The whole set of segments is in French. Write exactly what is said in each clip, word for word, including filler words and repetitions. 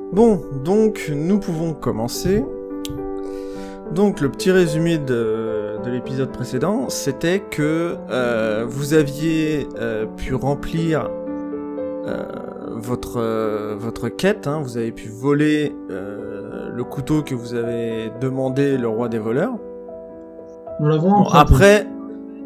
Bon, donc nous pouvons commencer. Donc le petit résumé de, de l'épisode précédent, c'était que euh, vous aviez euh, pu remplir euh, votre, euh, votre quête, hein, vous avez pu voler euh, le couteau que vous avez demandé le roi des voleurs. Nous l'avons Bon, emprunté. après... Comment ?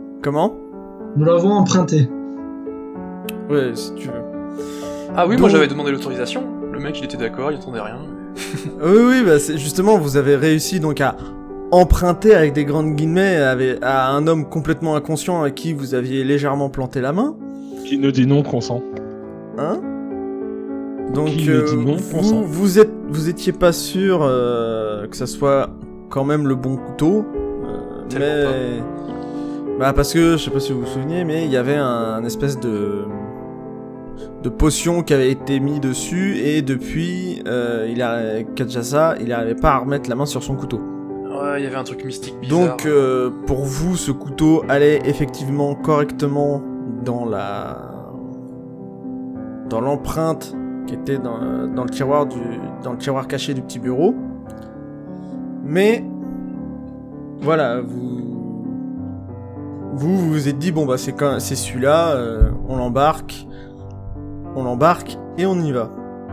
Nous l'avons emprunté. Ouais, si tu veux. Ah oui, Donc- moi j'avais demandé l'autorisation. Le mec il était d'accord, il attendait rien. Oui, oui, bah c'est justement, vous avez réussi donc à emprunter avec des grandes guillemets avec, à un homme complètement inconscient à qui vous aviez légèrement planté la main, Qui ne dit non consent. hein. Donc Qui ne euh, dit non consent. vous, vous êtes, vous étiez pas sûr euh, que ça soit quand même le bon couteau, euh, Tellement mais bah parce que je sais pas si vous vous souvenez, mais il y avait un, un espèce de de potion qui avait été mis dessus et depuis euh, il a Kajasa, il n'arrivait pas à remettre la main sur son couteau. Ouais, il y avait un truc mystique bizarre. Donc euh, pour vous ce couteau allait effectivement correctement dans la dans l'empreinte qui était dans, dans le tiroir du dans le tiroir caché du petit bureau. Mais voilà, vous vous vous, vous êtes dit bon bah c'est quand c'est celui-là, euh, on l'embarque. On l'embarque et on y va.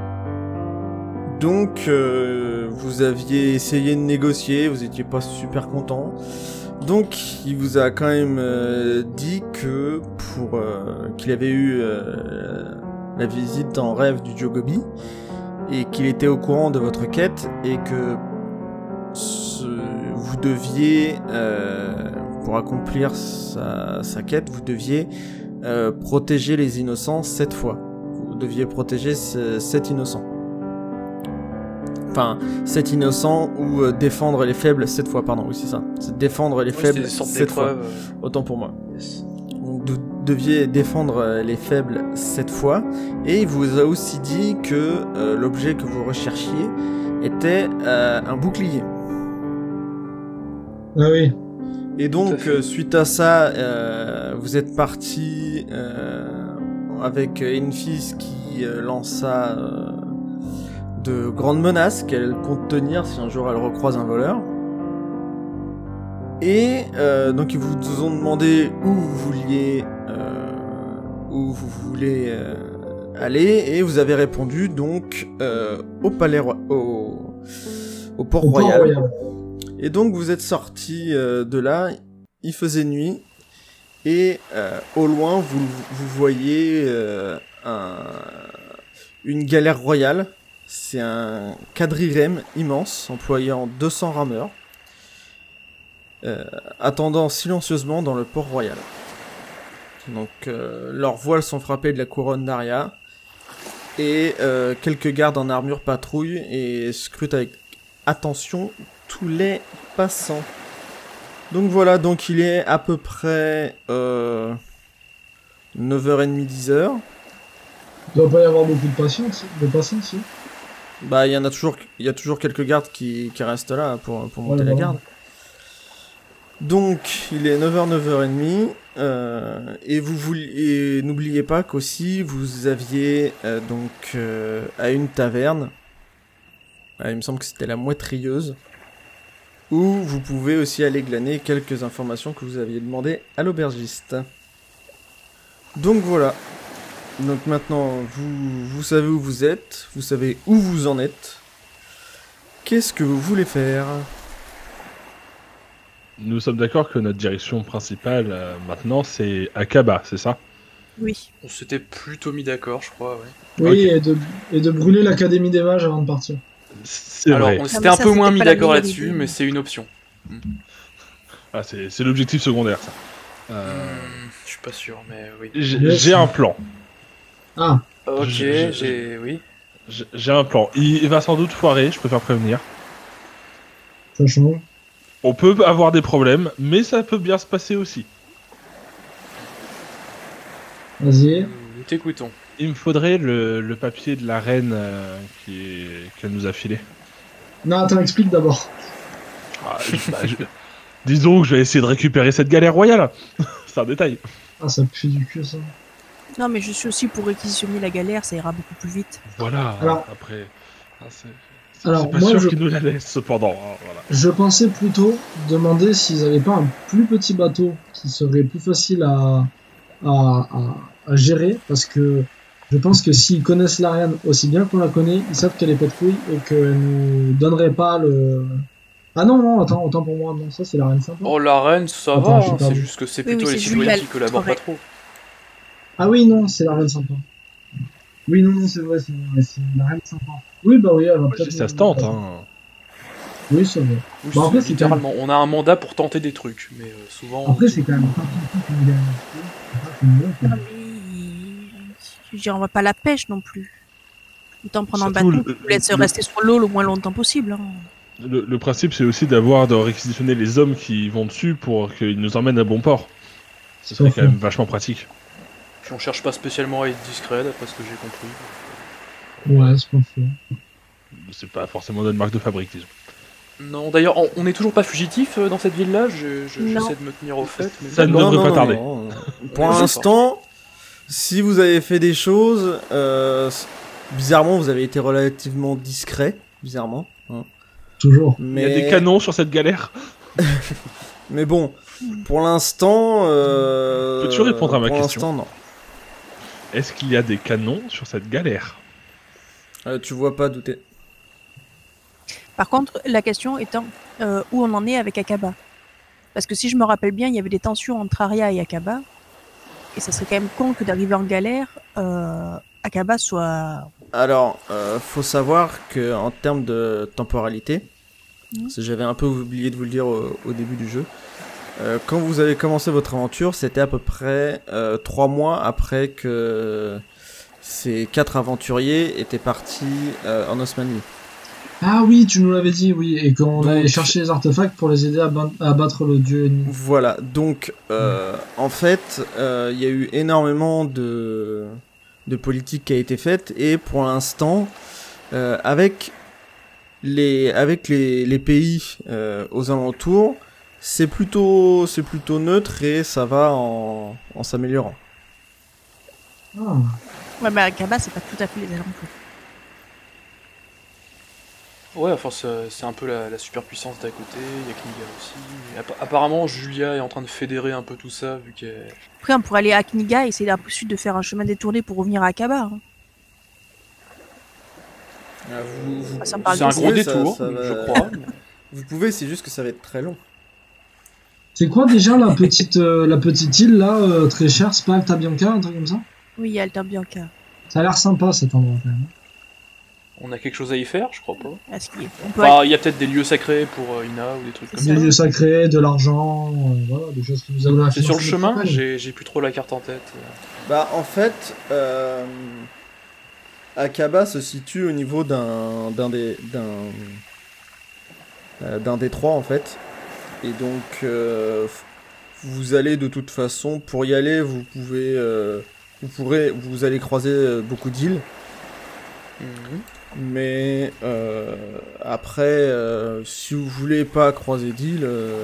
Donc, euh, vous aviez essayé de négocier, vous étiez pas super content. Donc, il vous a quand même euh, dit que pour euh, qu'il avait eu euh, la visite en rêve du Jogobi et qu'il était au courant de votre quête et que ce, vous deviez, euh, pour accomplir sa, sa quête, vous deviez euh, protéger les innocents sept fois. Vous deviez protéger ce, sept innocents. Enfin, sept innocents ou euh, défendre les faibles sept fois, pardon, oui c'est ça. C'est défendre les Ouais, c'était faibles des sortes sept fois. d'épreuves. Autant pour moi. Yes. Donc, vous deviez défendre euh, les faibles sept fois. Et il vous a aussi dit que euh, l'objet que vous recherchiez était euh, un bouclier. Ah oui. Et Tout à donc, fait. euh, suite à ça, euh, vous êtes parti euh, avec Enfys qui euh, lança euh, de grandes menaces qu'elle compte tenir si un jour elle recroise un voleur. Et euh, donc, ils vous ont demandé où vous vouliez, euh, où vous voulez euh, aller, et vous avez répondu donc euh, au palais roi- au, au port Au Port royal. Royal. Et donc vous êtes sortis euh, de là, il faisait nuit, et euh, au loin vous, vous voyez euh, un, une galère royale. C'est un quadrirème immense employant deux cents rameurs, euh, attendant silencieusement dans le port royal. Donc euh, leurs voiles sont frappées de la couronne d'Aria, et euh, quelques gardes en armure patrouillent et scrutent avec attention tous les passants. Donc voilà, donc il est à peu près euh, neuf heures trente, dix heures. Il doit pas y avoir beaucoup de patience, de passants, si. Bah il y en a toujours, il y a toujours quelques gardes qui, qui restent là pour, pour monter Ouais, la voilà. garde. Donc il est neuf heures, neuf heures trente, euh, et vous vouliez, et n'oubliez pas qu'aussi vous aviez euh, donc euh, à une taverne, euh, il me semble que c'était la Moitrieuse, où vous pouvez aussi aller glaner quelques informations que vous aviez demandées à l'aubergiste. Donc voilà. Donc maintenant, vous, vous savez où vous êtes, vous savez où vous en êtes. Qu'est-ce que vous voulez faire ? Nous sommes d'accord que notre direction principale, euh, maintenant, c'est Akaba, c'est ça? Oui. On s'était plutôt mis d'accord, je crois, ouais. Oui, Ok. et, de, et de brûler l'Académie des Mages avant de partir. C'est Alors, vrai. on mais s'était un ça, peu c'était moins pas mis la d'accord meilleure là-dessus, idée. mais c'est une option. Ah, c'est c'est l'objectif secondaire, ça. Euh, Hmm, je suis pas sûr, mais oui. j'ai Yes. j'ai un plan. Ah, Ok, je- je- j'ai... oui. J'ai j'ai un plan. Il, il va sans doute foirer, je préfère prévenir. ça change. On peut avoir des problèmes, mais ça peut bien se passer aussi. Vas-y. Nous t'écoutons. Il me faudrait le, le papier de la reine euh, qui est- qu'elle nous a filé. Non, attends, explique d'abord. Ah, je- bah, je- Disons que je vais essayer de récupérer cette galère royale. C'est un détail. Ah, ça pue du cul, ça. Non, mais je suis aussi pour réquisitionner la galère, ça ira beaucoup plus vite. Voilà. Alors- Après, Ah, c'est Alors, c'est pas moi, sûr je- qu'ils nous la laissent, cependant. hein, voilà. Je pensais plutôt demander s'ils avaient pas un plus petit bateau qui serait plus facile à, à, à, à gérer, parce que je pense que s'ils connaissent l'Ariane aussi bien qu'on la connaît, ils savent qu'elle est pas de couilles et qu'elle nous donnerait pas le... Ah non, non, attends, autant pour moi, non, ça c'est l'Ariane sympa. Oh, la reine, ça Attends, va, je suis hein, c'est perdu. juste que c'est Oui, plutôt oui, les c'est citoyens Julia qui collaborent pas Torre. trop. Ah oui, non, c'est l'Ariane sympa. Oui, non, non, c'est vrai, c'est c'est l'Ariane sympa. Oui, bah oui, elle va Moi, peut-être... je sais, ça nous- se tente, hein. Oui, ça va. Oui, Bah, c'est- après, c'est littéralement, on a un mandat pour tenter des trucs, mais euh, souvent... Après, on- c'est quand même pas tout qu'une gagne. C'est pas comme nous, quoi. Non, mais... Je veux dire, on va pas à la pêche non plus. Autant prendre un Surtout, bateau le- qui vous laisse le- rester sur l'eau le moins longtemps possible. Hein. Le, le principe, c'est aussi d'avoir, de réquisitionner les hommes qui vont dessus pour qu'ils nous emmènent à bon port. Ce serait quand même vachement pratique. Puis on cherche pas spécialement à être discret, d'après ce que j'ai compris. Ouais, c'est pas faux. C'est pas forcément notre marque de fabrique, disons. Non, d'ailleurs, on- on n'est toujours pas fugitif euh, dans cette ville-là, je- je- Non. j'essaie de me tenir au fait. Mais Ça ne non. devrait pas tarder. non. On Pour est d'accord. l'instant, si vous avez fait des choses, euh, bizarrement, vous avez été relativement discret, bizarrement. hein. Toujours. Mais... Il y a des canons sur cette galère. Mais bon, pour l'instant... Euh... Peux-tu répondre à ma pour question l'instant, non. Est-ce qu'il y a des canons sur cette galère? Euh, tu vois pas douter. Par contre, la question étant euh, où on en est avec Akaba. Parce que si je me rappelle bien, il y avait des tensions entre Arya et Akaba. Et ça serait quand même con que d'arriver en galère, euh, Akaba soit... Alors, euh, faut savoir que en termes de temporalité, Mhm. parce que j'avais un peu oublié de vous le dire au, au début du jeu, euh, quand vous avez commencé votre aventure, c'était à peu près euh, trois mois après que ces quatre aventuriers étaient partis euh, en Osmanie. Ah oui, tu nous l'avais dit, oui, et qu'on Donc- allait chercher les artefacts pour les aider à, ban- à battre le dieu ennemi. Voilà, donc euh, en fait, euh, il y a eu énormément de, de politique qui a été faite, et pour l'instant, euh, avec les, avec les, les pays euh, aux alentours, c'est plutôt, c'est plutôt neutre et ça va en, en s'améliorant. Ah. Ouais, mais Akaba, c'est pas tout à fait les alentours. Ouais, enfin, c'est c'est un peu la, la superpuissance d'à côté, il y a Kniga aussi. Et appa- apparemment, Julia est en train de fédérer un peu tout ça, vu qu'elle... Après, on pourrait aller à Kniga et essayer ensuite de faire un chemin détourné pour revenir à Akaba. Hein. Vous, vous- Ah, ça me parle C'est un de gros Oui, ça- détour, ça va- je crois. vous pouvez, c'est juste que ça va être très long. C'est quoi déjà la petite, euh, la petite île là, euh, très chère, c'est pas Alta Bianca, un truc comme ça? Oui, il y a Alta Bianca. Ça a l'air sympa cet endroit quand même. On a quelque chose à y faire, je crois pas. Est-ce qu'il- on peut Enfin, il y a peut-être des lieux sacrés pour euh, Ina ou des trucs comme C'est ça. Des lieux sacrés, de l'argent, euh, voilà, des choses qui nous aident à C'est sur le financer chemin, notre campagne. j'ai j'ai plus trop la carte en tête. Bah, en fait, euh, Akaba se situe au niveau d'un d'un des d'un euh, d'un détroit en fait, et donc euh, vous allez de toute façon pour y aller, vous pouvez euh, vous pourrez vous allez croiser euh, beaucoup d'îles, Mhm. mais euh, après euh, si vous voulez pas croiser d'îles, euh,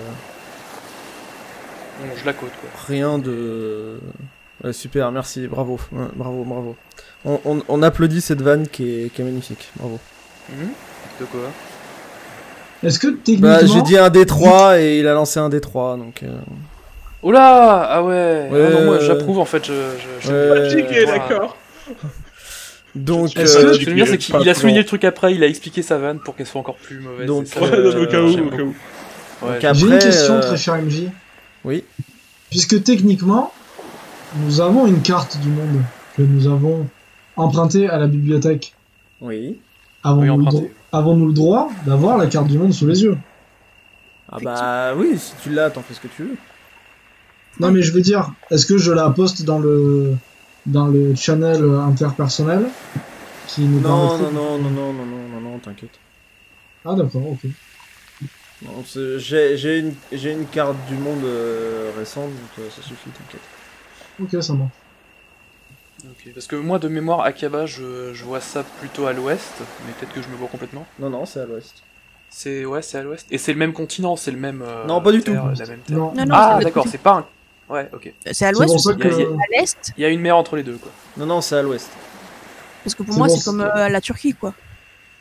On longe la côte, quoi. rien de ouais, super, merci, bravo, ouais, bravo, bravo. On, on, on applaudit cette vanne qui est, qui est magnifique, bravo. Mhm. De quoi Est-ce que techniquement, Bah, j'ai dit un D trois et il a lancé un D trois, donc... euh, Oh là Ah ouais, Ouais, Ah non, moi ouais. j'approuve en fait, je... je, je- Ouais. je- Ok, je- d'accord. Donc, Est-ce euh, que- Ce que je veux dire, c'est qu'il Pas il a souligné plan. le truc après, il a expliqué sa vanne pour qu'elle soit encore plus mauvaise. Donc, c'est ça, Ouais, je- non, mais au cas où, j'aime au cas où. beaucoup. Ouais. Donc, j'ai après, une question euh, très cher M J. Oui. Puisque techniquement, nous avons une carte du monde que nous avons empruntée à la bibliothèque. Oui. Avons-nous Oui, le, empruntée. dro- avons-nous le droit d'avoir la carte du monde sous les yeux? Ah bah oui, si tu l'as, t'en fais ce que tu veux. Non mais je veux dire, est-ce que je la poste dans le dans le channel euh, interpersonnel qui nous Non, permettrait- non, non, non, non, non, non, non, non, t'inquiète. Ah d'accord, ok. Non, c'est- J'ai j'ai une, j'ai une carte du monde euh, récente, donc euh, ça suffit, t'inquiète. Ok, ça marche. Ok, parce que moi de mémoire, Akaba, je, je vois ça plutôt à l'ouest, mais peut-être que je me vois complètement. Non, non, c'est à l'ouest. C'est ouais, c'est à l'ouest. Et c'est le même continent, c'est le même. euh, Non, pas du terre, tout. La même terre. Non. Non, non, c'est Ah de d'accord, l'autre c'est pas un. Ouais, ok. côté. C'est à C'est l'ouest pour ou ça c'est que... y a- y a- à l'est? Il y a une mer entre les deux, quoi. Non, non, c'est à l'ouest. Parce que pour C'est moi, bon, c'est comme euh, la Turquie, quoi.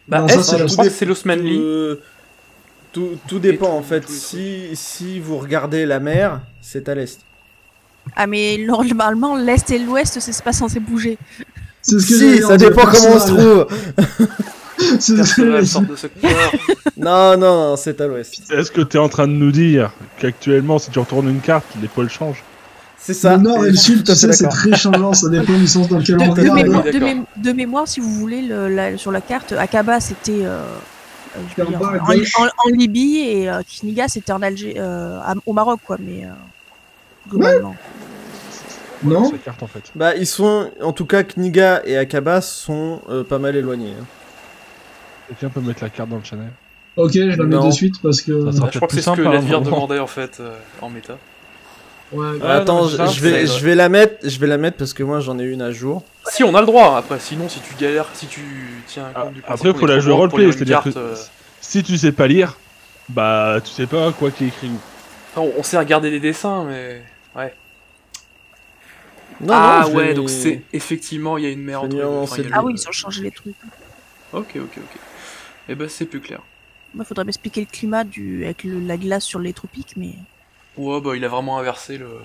Bah, Non, est-ce ça, c'est que la je crois que Tout c'est l'Osmanli. Tout, tout, tout dépend tout- en fait. tous les Si, si vous regardez la mer, c'est à l'est. Ah, mais normalement, l'Est et l'Ouest, c'est pas censé bouger. C'est ce que Si, j'allais ça dire, dépend comment on se Perceval. trouve. C'est ce que Perceval j'allais sort dire. de ce corps. Non, non, non, c'est à l'ouest. Est-ce que t'es en train de nous dire qu'actuellement, si tu retournes une carte, les pôles changent? C'est ça. Le nord et le je suis sud, tout à tu fait sais, c'est d'accord. très changeant, ça dépend du sens dans lequel on De, de D'accord. regarde. mémoire, de, D'accord. mé- de mémoire, si vous voulez, le- la- sur la carte, Akaba c'était euh, euh, je veux En dire, bas à en, gauche. en- en Libye et euh, Kniga c'était en Algérie, euh, à- au Maroc, quoi, mais euh, globalement. Non. C'est la carte en fait. Bah, ils sont, en tout cas, Kniga et Akaba sont euh, pas mal éloignés. hein. Quelqu'un peut mettre la carte dans le channel. Ok, je la mets Non. de suite parce que. Ça sera Bah, je crois que plus c'est ce que simple, hein, Ladvir vraiment. demandait en fait euh, en méta. Ouais. Ah, Attends, non, mais je, ça, je vais, c'est- je vais la mettre, je vais la mettre parce que moi j'en ai une à jour. Si on a le droit, hein, après, sinon si tu galères, si tu tiens Ah, compte du principe après, qu'on faut est la trop jouer loin pour roleplay, lire une c'est-à-dire que carte, euh, si tu sais pas lire, bah tu sais pas quoi qui est écrit où. enfin, on, on sait regarder les dessins, mais ouais. Non, ah non, je ouais, l'ai- donc c'est effectivement il y a une mer je entre l'ai les mis deux. en Enfin, il y a C D. le- Ah oui, ils ont changé les trucs. Ok, ok, ok. Et ben c'est plus clair. Moi, faudrait m'expliquer le climat du, avec le- la glace sur les tropiques, mais Ouais, bah il a vraiment inversé le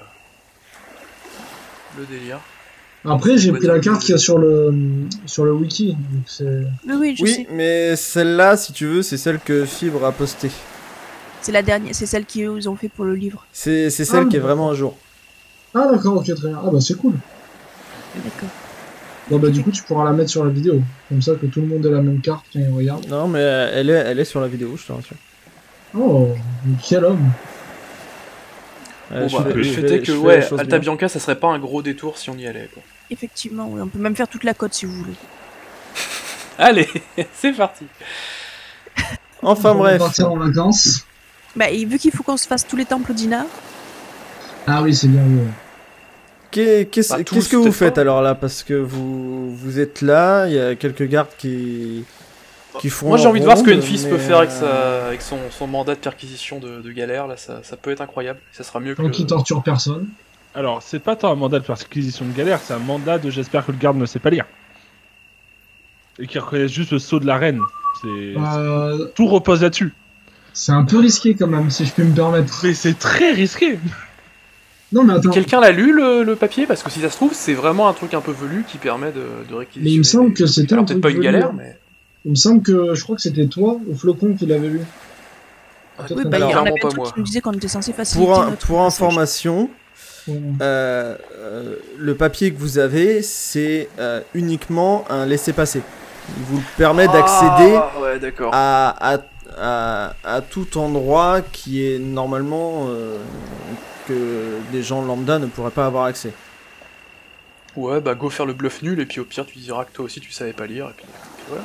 le délire. Après, j'ai Ouais, pris la donc, carte qu'il y a sur le sur le wiki. Donc c'est. oui, oui, je Oui, sais. mais celle-là, si tu veux, c'est celle que Fibre a postée. C'est la dernière, c'est celle qu'ils ont fait pour le livre. C'est c'est celle Ah, qui est bon. vraiment à jour. Ah d'accord, ok, très bien. Ah bah c'est cool. D'accord. Bon bah du coup, tu pourras la mettre sur la vidéo. Comme ça que tout le monde ait la même carte quand il regarde. Non, mais elle est, elle est sur la vidéo, je te rassure. Oh, quel homme. Euh, Bon, je bah, fais- le je fait fais- est que je fais ouais, les choses Alta bien. Bianca, ça serait pas un gros détour si on y allait quoi. Effectivement, oui, on peut même faire toute la côte si vous voulez. Allez, c'est parti. Enfin On va bref. partir en vacances. Bah, et vu qu'il faut qu'on se fasse tous les temples d'Ina, Ah oui, c'est bien. Ouais. Qu'est- Qu'est-ce Bah, tous, qu'est-ce que vous peut-être faites pas. alors là? Parce que vous, vous êtes là, il y a quelques gardes qui, qui font. Moi j'ai leur envie de voir ce que ronde, Enfys mais, peut faire avec, euh, sa, avec son, son mandat de perquisition de, de galère, là ça, ça peut être incroyable, ça sera mieux que... Tant qu'il torture personne. Alors, c'est pas tant un mandat de perquisition de galère, c'est un mandat de j'espère que le garde ne sait pas lire. Et qu'il reconnaisse juste le sceau de la reine. C'est... Euh, Tout repose là-dessus. c'est un peu risqué quand même, si je puis me permettre. Mais c'est très risqué. Non mais attends. Quelqu'un l'a lu le, le papier? Parce que si ça se trouve, c'est vraiment un truc un peu velu qui permet de, de réquisitionner. Mais il me semble que c'était Alors, un peut-être truc pas une velu, galère, hein. mais... Il me semble que je crois que c'était toi ou Flocon qui l'avait lu. Ah, Peut-être oui, que- bah, il y en clairement avait pas un truc moi. qui nous disait qu'on était censé faciliter Pour, un- notre pour passage. information, Ouais. euh, euh, le papier que vous avez, c'est euh, uniquement un laissez-passer. Il vous permet d'accéder Ah, ouais, d'accord. à, à, à, à tout endroit qui est normalement euh, que des gens lambda ne pourraient pas avoir accès. Ouais, bah go faire le bluff nul, et puis au pire, tu diras que toi aussi tu savais pas lire, et puis, puis voilà.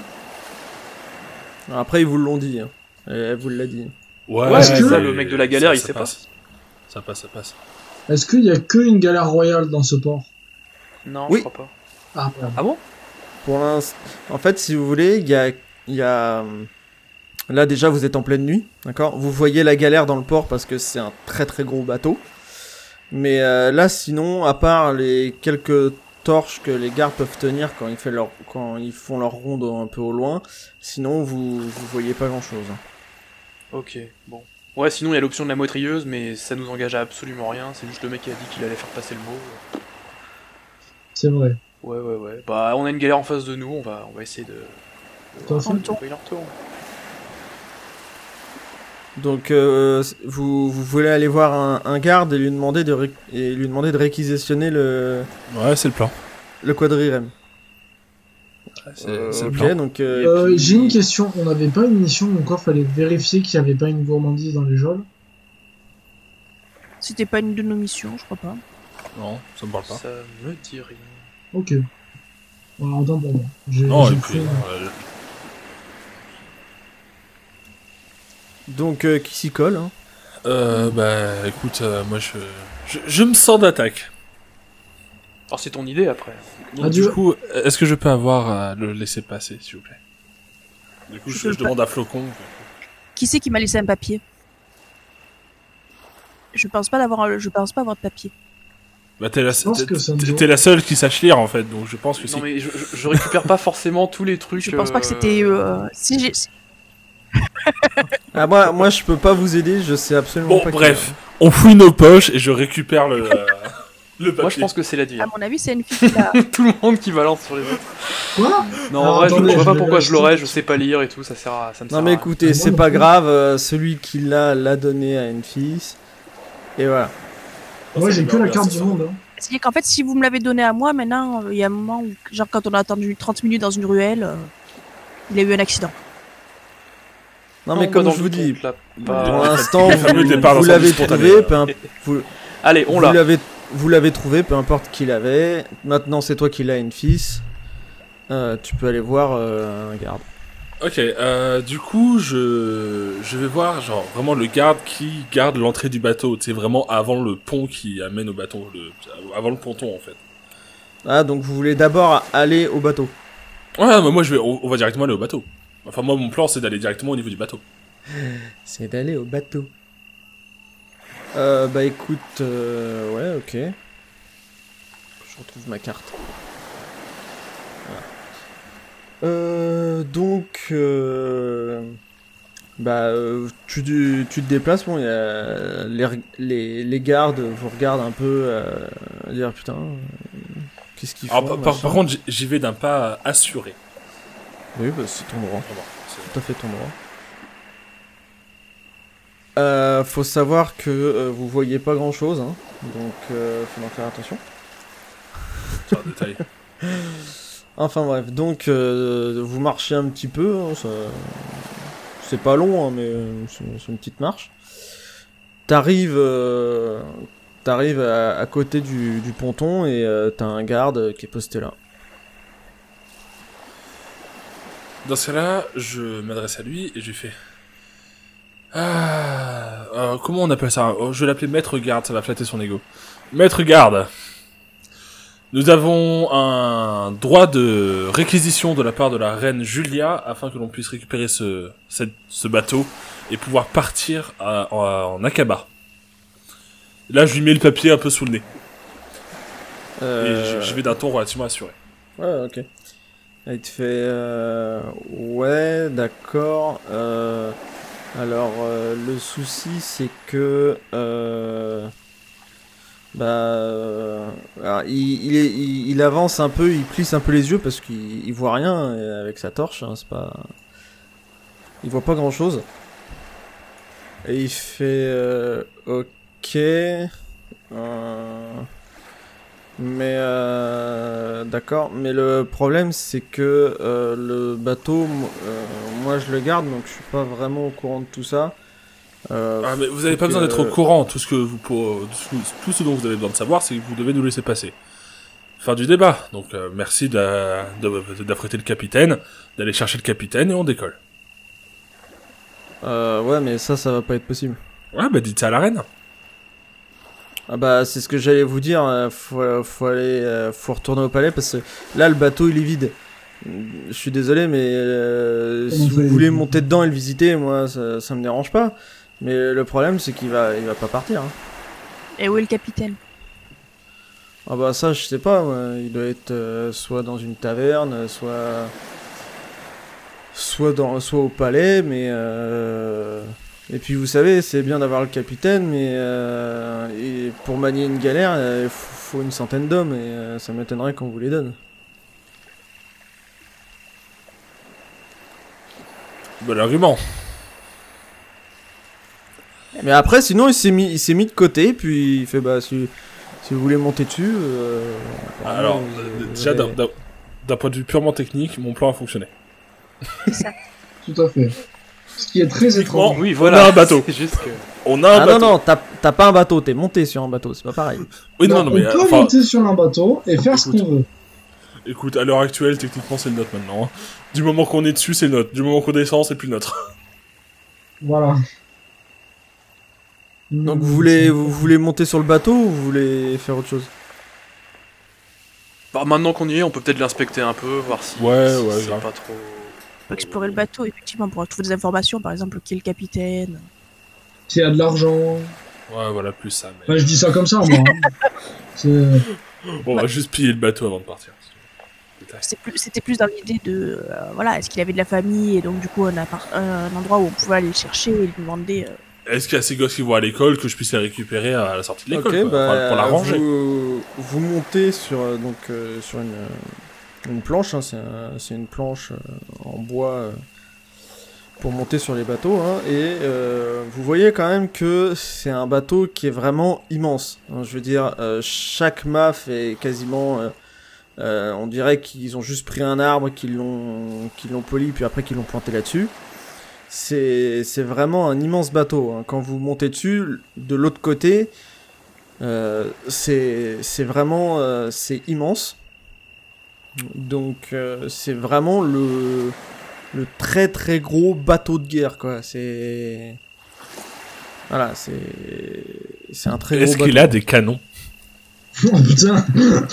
Alors après, ils vous l'ont dit. Hein. Elle vous l'a dit. Ouais, Est-ce c'est que- ça, le mec de la galère, ça- il ça sait passe. Ça passe, ça passe. Est-ce qu'il y a que une galère royale dans ce port? pas. Non, Oui. je crois pas. Ah merde. Ah bon? Pour l'instant, en fait, si vous voulez, il y a, il y a, euh, là déjà, vous êtes en pleine nuit, d'accord. Vous voyez la galère dans le port parce que c'est un très très gros bateau. Mais euh, là, sinon, à part les quelques torches que les gardes peuvent tenir quand ils, fait leur, quand ils font leur ronde un peu au loin, sinon vous vous voyez pas grand chose. Ok, bon. Ouais, sinon il y a l'option de la moitrilleuse, mais ça nous engage à absolument rien, c'est juste le mec qui a dit qu'il allait faire passer le mot. C'est vrai. Ouais, ouais, ouais. Bah, on a une galère en face de nous, on va, on va essayer de... Tout à fait. de trouver leur tour. Donc, euh, vous, vous voulez aller voir un, un garde et lui demander de ré- et lui demander de réquisitionner le Ouais, c'est le plan. le quadrirème. Ouais, c'est Euh, c'est le ok, plan. donc euh, et Euh, puis- J'ai une question. On n'avait pas une mission où encore fallait vérifier qu'il n'y avait pas une gourmandise dans les geôles? C'était pas une de nos missions, je crois pas. Non, ça me parle pas. Ça me dit rien. Ok. Alors attends pour moi. J'ai Non, j'ai et puis, fait- euh, donc euh, qui s'y colle hein. euh, bah, écoute, euh, moi, je, je, je me sens d'attaque. Alors c'est ton idée après. Donc, Adieu. du coup, est-ce que je peux avoir euh, le laisser passer, s'il vous plaît? Du coup, Je je, peux je pas. demande à Flocon. Qui c'est qui m'a laissé un papier? Je pense pas d'avoir, je pense pas avoir de papier. Bah t'es la, Je pense que ça me t'es- vaut. t'es la seule qui sache lire en fait, donc je pense que si. Non mais je, je- je récupère pas forcément tous les trucs. Je pense pas que euh, c'était. euh, Si j'ai. si- Ah, moi, moi, je peux pas vous aider, je sais absolument Bon, pas. qui bref. est. On fouille nos poches et je récupère le, euh, le papier. Moi je pense que c'est la À dire. mon avis, c'est une fille qui l'a. Tout le monde qui balance sur les autres. Quoi? Non, Alors, en vrai, je, attendez, je vois je pas vais pourquoi je l'acheter. l'aurais, je sais pas lire et tout, ça sert à. Ça me Non, sert mais à- écoutez, Ah, c'est moi pas non plus. grave, euh, celui qui l'a, l'a donné à une fille. Et voilà. Moi, j'ai que la carte c'est du ça. monde. Hein. C'est-à-dire qu'en fait, si vous me l'avez donné à moi, maintenant, euh, il y a un moment où, genre, quand on a attendu trente minutes dans une ruelle, euh, il a eu un accident. Non, mais on comme va je dans vous le dis, doute, là. pour Bah, l'instant, le vous, fameux départ vous d'incendie l'avez spontané, trouvé, euh. peu imp- vous, Allez, on vous l'a. l'avez, vous l'avez trouvé, peu importe qui l'avait. Maintenant, c'est toi qui l'as, une fille. Euh, tu peux aller voir euh, un garde. Ok, euh, du coup, je, je vais voir, genre, vraiment le garde qui garde l'entrée du bateau, tu sais, vraiment avant le pont qui amène au bateau, le, avant le ponton, en fait. Ah, donc vous voulez d'abord aller au bateau. Ouais, mais moi, je vais, on, on va directement aller au bateau. Enfin, moi, mon plan, c'est d'aller directement au niveau du bateau. C'est d'aller au bateau. Euh, bah écoute, euh, ouais, ok. Je retrouve ma carte. Voilà. Euh, donc, euh, bah, euh, tu, tu te déplaces. Bon, il y a les, les, les gardes vous regardent un peu, euh, dire putain, euh, qu'est-ce qu'ils font. Alors, par, par- machin. par contre, j'y- j'y vais d'un pas assuré. Oui, bah c'est ton droit. Vraiment, c'est- Tout à fait ton droit. Euh, faut savoir que euh, vous voyez pas grand chose, hein, donc euh, faut en faire attention. c'est un détail. Enfin bref, donc euh, vous marchez un petit peu, hein, ça... c'est pas long, hein, mais euh, c'est c'est une petite marche. T'arrives, euh, t'arrives à, à côté du, du ponton et euh, t'as un garde qui est posté là. Dans ce cas-là, je m'adresse à lui et je lui fais... Ah, euh, comment on appelle ça? Oh, je vais l'appeler Maître Garde, ça va flatter son ego. Maître Garde, nous avons un droit de réquisition de la part de la reine Julia afin que l'on puisse récupérer ce, cette- ce bateau et pouvoir partir à- en, en Akaba. Là, je lui mets le papier un peu sous le nez. Euh... Et je, je vais d'un ton relativement assuré. Ouais, ok. Il te fait... Euh... Ouais, d'accord. Euh... Alors, euh, le souci, c'est que... Euh... Bah... euh, alors, il, il, est- il, il avance un peu, il plisse un peu les yeux parce qu'il il voit rien et avec sa torche, hein, c'est pas... Il voit pas grand-chose. Et il fait... Euh... Ok... Euh... Mais euh, d'accord, mais le problème c'est que euh, le bateau, mo- euh, moi je le garde donc je suis pas vraiment au courant de tout ça. Euh, Ah, mais vous n'avez pas faut besoin que- d'être au courant. Tout ce, que vous, pour, tout, tout ce dont vous avez besoin de savoir, c'est que vous devez nous laisser passer. Fin du débat. Donc, euh, merci d'a- de- d'affréter le capitaine, d'aller chercher le capitaine et on décolle. Euh, ouais, mais ça, ça va pas être possible. Ouais, bah dites ça à la reine. Ah bah c'est ce que j'allais vous dire. euh, Faut, faut aller, euh, faut retourner au palais parce que là le bateau il est vide. Je suis désolé, mais euh, Comment si ça, vous il est voulez vide monter dedans et le visiter, moi ça, ça me dérange pas. Mais le problème c'est qu'il va, il va pas partir. Hein. Et où est le capitaine? Ah bah ça je sais pas, moi. Il doit être euh, soit dans une taverne, soit soit dans soit au palais, mais euh... et puis vous savez c'est bien d'avoir le capitaine, mais euh... et pour manier une galère euh, il faut, faut une centaine d'hommes et euh, ça m'étonnerait qu'on vous les donne. Bon argument. Mais après sinon il s'est mis il s'est mis de côté puis il fait bah si si vous voulez monter dessus. Euh... Alors, vous- euh, vous déjà, avez- d'un- d'un d'un point de vue purement technique, mon plan a fonctionné. Tout à fait. Ce qui est très Typiquement, étrange. Oui, On voilà. a un bateau. C'est juste que. On a un Ah bateau. non non t'as t'as pas un bateau, t'es monté sur un bateau, c'est pas pareil. Oui, non, Non, non, on mais peut enfin, monter sur un bateau et faire ce écoute. qu'on veut. écoute, à l'heure actuelle, techniquement, c'est le nôtre maintenant. hein. Du moment qu'on est dessus, c'est le nôtre. Du moment qu'on descend, c'est plus le nôtre. Voilà. Donc vous voulez vous voulez monter sur le bateau ou vous voulez faire autre chose? Bah, maintenant qu'on y est, on peut peut-être l'inspecter un peu, voir si, Ouais, si ouais, c'est grave. pas trop. On peut explorer le bateau, effectivement, pour trouver des informations, par exemple, qui est le capitaine. S'il y a de l'argent. Ouais, voilà, plus ça. Mais... Bah, je dis ça comme ça, moi. Hein. C'est... Bon, on va juste piller le bateau avant de partir. C'est plus- C'était plus dans l'idée de, euh, voilà, est-ce qu'il avait de la famille et donc du coup un, appart- un endroit où on pouvait aller le chercher et lui demander. euh, Est-ce qu'il y a ces gosses qui vont à l'école que je puisse les récupérer à la sortie de l'école Ok, quoi, bah, enfin, pour la ranger. Vous, vous montez sur, euh, donc, euh, sur une, euh, une planche, hein, c'est, un- c'est une planche euh, en bois euh, pour monter sur les bateaux, hein, et euh, vous voyez quand même que c'est un bateau qui est vraiment immense. Hein, je veux dire, euh, chaque mât est quasiment... euh, euh, on dirait qu'ils ont juste pris un arbre, qu'ils l'ont, qu'ils l'ont poli, puis après qu'ils l'ont planté là-dessus. C'est, c'est vraiment un immense bateau. Hein. Quand vous montez dessus, de l'autre côté, euh, c'est, c'est vraiment, euh, c'est immense. Donc euh, c'est vraiment le, le très très gros bateau de guerre, quoi. C'est, voilà, c'est, c'est un très gros Est-ce bateau. qu'il a des canons? Oh putain.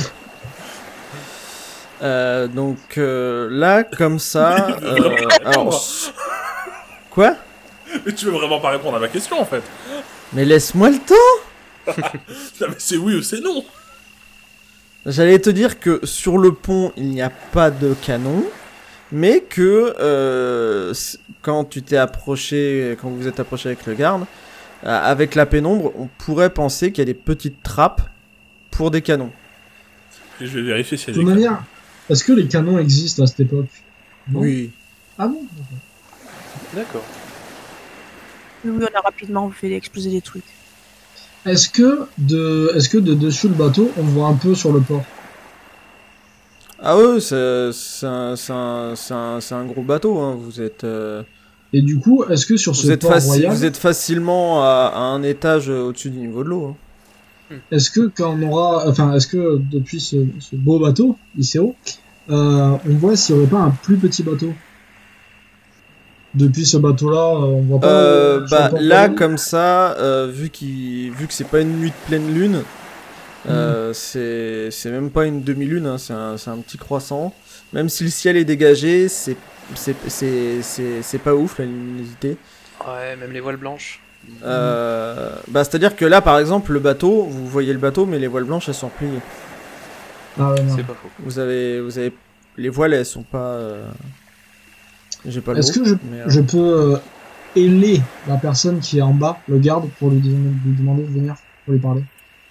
Euh, donc euh, là, comme ça, euh, alors, s- quoi? Mais tu veux vraiment pas répondre à ma question en fait. Mais laisse-moi le temps. Non, mais c'est oui ou c'est non. J'allais te dire que sur le pont, il n'y a pas de canon, mais que euh, c- quand tu t'es approché, quand vous êtes approché avec le garde, euh, avec la pénombre, on pourrait penser qu'il y a des petites trappes pour des canons. Et je vais vérifier s'il y De a toute des canons. manière, est-ce que les canons existent à cette époque? Non. Oui. Ah bon? D'accord. Oui, oui, on a rapidement fait exploser des trucs. Est-ce que de, est-ce que de dessus le bateau, on voit un peu sur le port? Ah ouais, c'est, c'est, un, c'est, un, c'est, un, c'est un gros bateau. Hein. Vous êtes, euh, Et du coup, est-ce que sur ce vous êtes, port faci- royal, vous êtes facilement à, à un étage euh, au-dessus du niveau de l'eau. Hein. est-ce que quand on aura, enfin, est-ce que depuis ce, ce beau bateau, I C O, euh, on voit s'il n'y aurait pas un plus petit bateau? Depuis ce bateau-là, euh, on voit pas. Euh, le- sur bah le port là royal comme ça, euh, vu qu'il, vu que c'est pas une nuit de pleine lune, euh, c'est, c'est même pas une demi-lune, hein, c'est un, c'est un petit croissant. Même si le ciel est dégagé, c'est, c'est, c'est, c'est, c'est pas ouf la luminosité. Ouais, même les voiles blanches. Euh, bah c'est à dire que là par exemple le bateau, vous voyez le bateau, mais les voiles blanches elles sont repliées. Ah ouais, non. C'est pas faux. Vous avez, vous avez, les voiles elles sont pas. Euh... J'ai pas le Est-ce mot, que je, mais, euh, je peux euh, héler la personne qui est en bas, le garde, pour lui, dem- lui demander de venir, pour lui parler?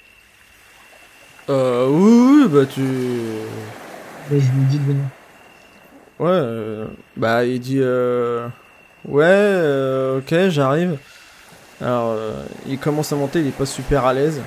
Euh, oui, oui, bah tu. Et je lui dis de venir. Ouais, euh, bah il dit euh, ouais, euh, ok, j'arrive. Alors euh, il commence à monter, il est pas super à l'aise.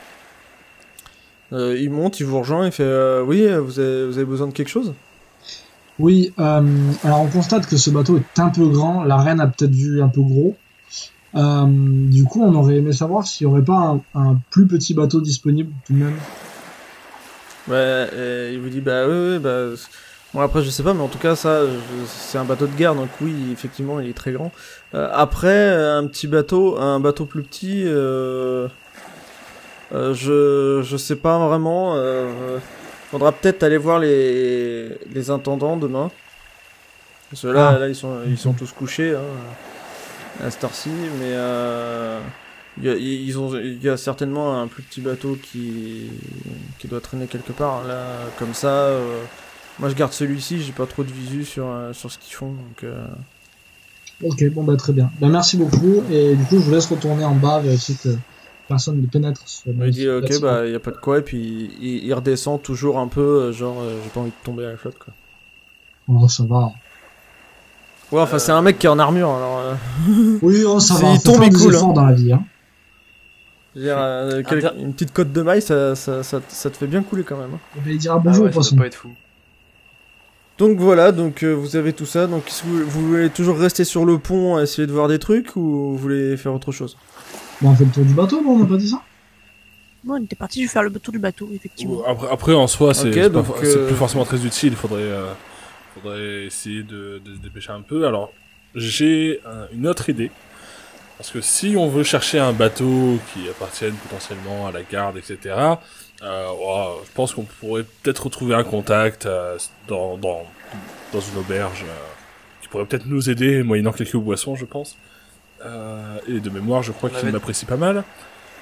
Euh, il monte, il vous rejoint, il fait euh, oui, vous avez, vous avez besoin de quelque chose? Oui, euh, alors on constate que ce bateau est un peu grand, la reine a peut-être vu un peu gros. Euh, du coup, on aurait aimé savoir s'il n'y aurait pas un, un plus petit bateau disponible tout de même. Ouais, et il vous dit bah oui, oui, bah bon après je sais pas, mais en tout cas ça, je- c'est un bateau de guerre, donc oui, effectivement, il est très grand. Euh, après, euh, un petit bateau, un bateau plus petit, euh, euh, je je sais pas vraiment. Euh, faudra peut-être aller voir les les intendants demain. Parce que là, Ah. là ils sont ils sont tous couchés hein, à cette heure-ci, mais euh, il y a, ils ont il y a certainement un plus petit bateau qui qui doit traîner quelque part là, comme ça. Euh, moi je garde celui-ci, j'ai pas trop de visu sur euh, sur ce qu'ils font, donc. Euh... Ok, bon bah très bien. Ben, merci beaucoup, et du coup, je vous laisse retourner en bas, vérifier que personne ne pénètre ce Il dit ok, bâtiment. bah y a pas de quoi, et puis il, il redescend toujours un peu, euh, genre euh, j'ai pas envie de tomber à la flotte quoi. Oh, ça va. Ouais, enfin c'est un mec qui est en armure, alors. Euh, Oui, oh, ça C'est- va. il Faut tombe, faire il des coule, efforts dans la vie, hein. je veux dire, euh, quel- der- une petite côte de maille, ça, ça, ça, ça te fait bien couler quand même. Hein. Et ben, il dira Ah bonjour ouais, au ça poisson. doit pas être fou. Donc voilà, donc euh, vous avez tout ça. Donc est-ce que vous, vous voulez toujours rester sur le pont, essayer de voir des trucs, ou vous voulez faire autre chose? Bon, on fait le tour du bateau, bon, on n'a pas dit ça? Bon, on était parti juste faire le tour du bateau, effectivement. Après, après, en soi, c'est Ok, c'est pas donc, for- c'est euh, plus forcément très utile. Il faudrait, euh, faudrait essayer de, de se dépêcher un peu. Alors, j'ai euh, une autre idée. Parce que si on veut chercher un bateau qui appartienne potentiellement à la garde, et cetera, euh, oh, je pense qu'on pourrait peut-être retrouver un contact euh, dans, dans, dans une auberge euh, qui pourrait peut-être nous aider, moyennant quelques boissons, je pense. Euh, et de mémoire, je crois On qu'il avait- m'apprécie pas mal.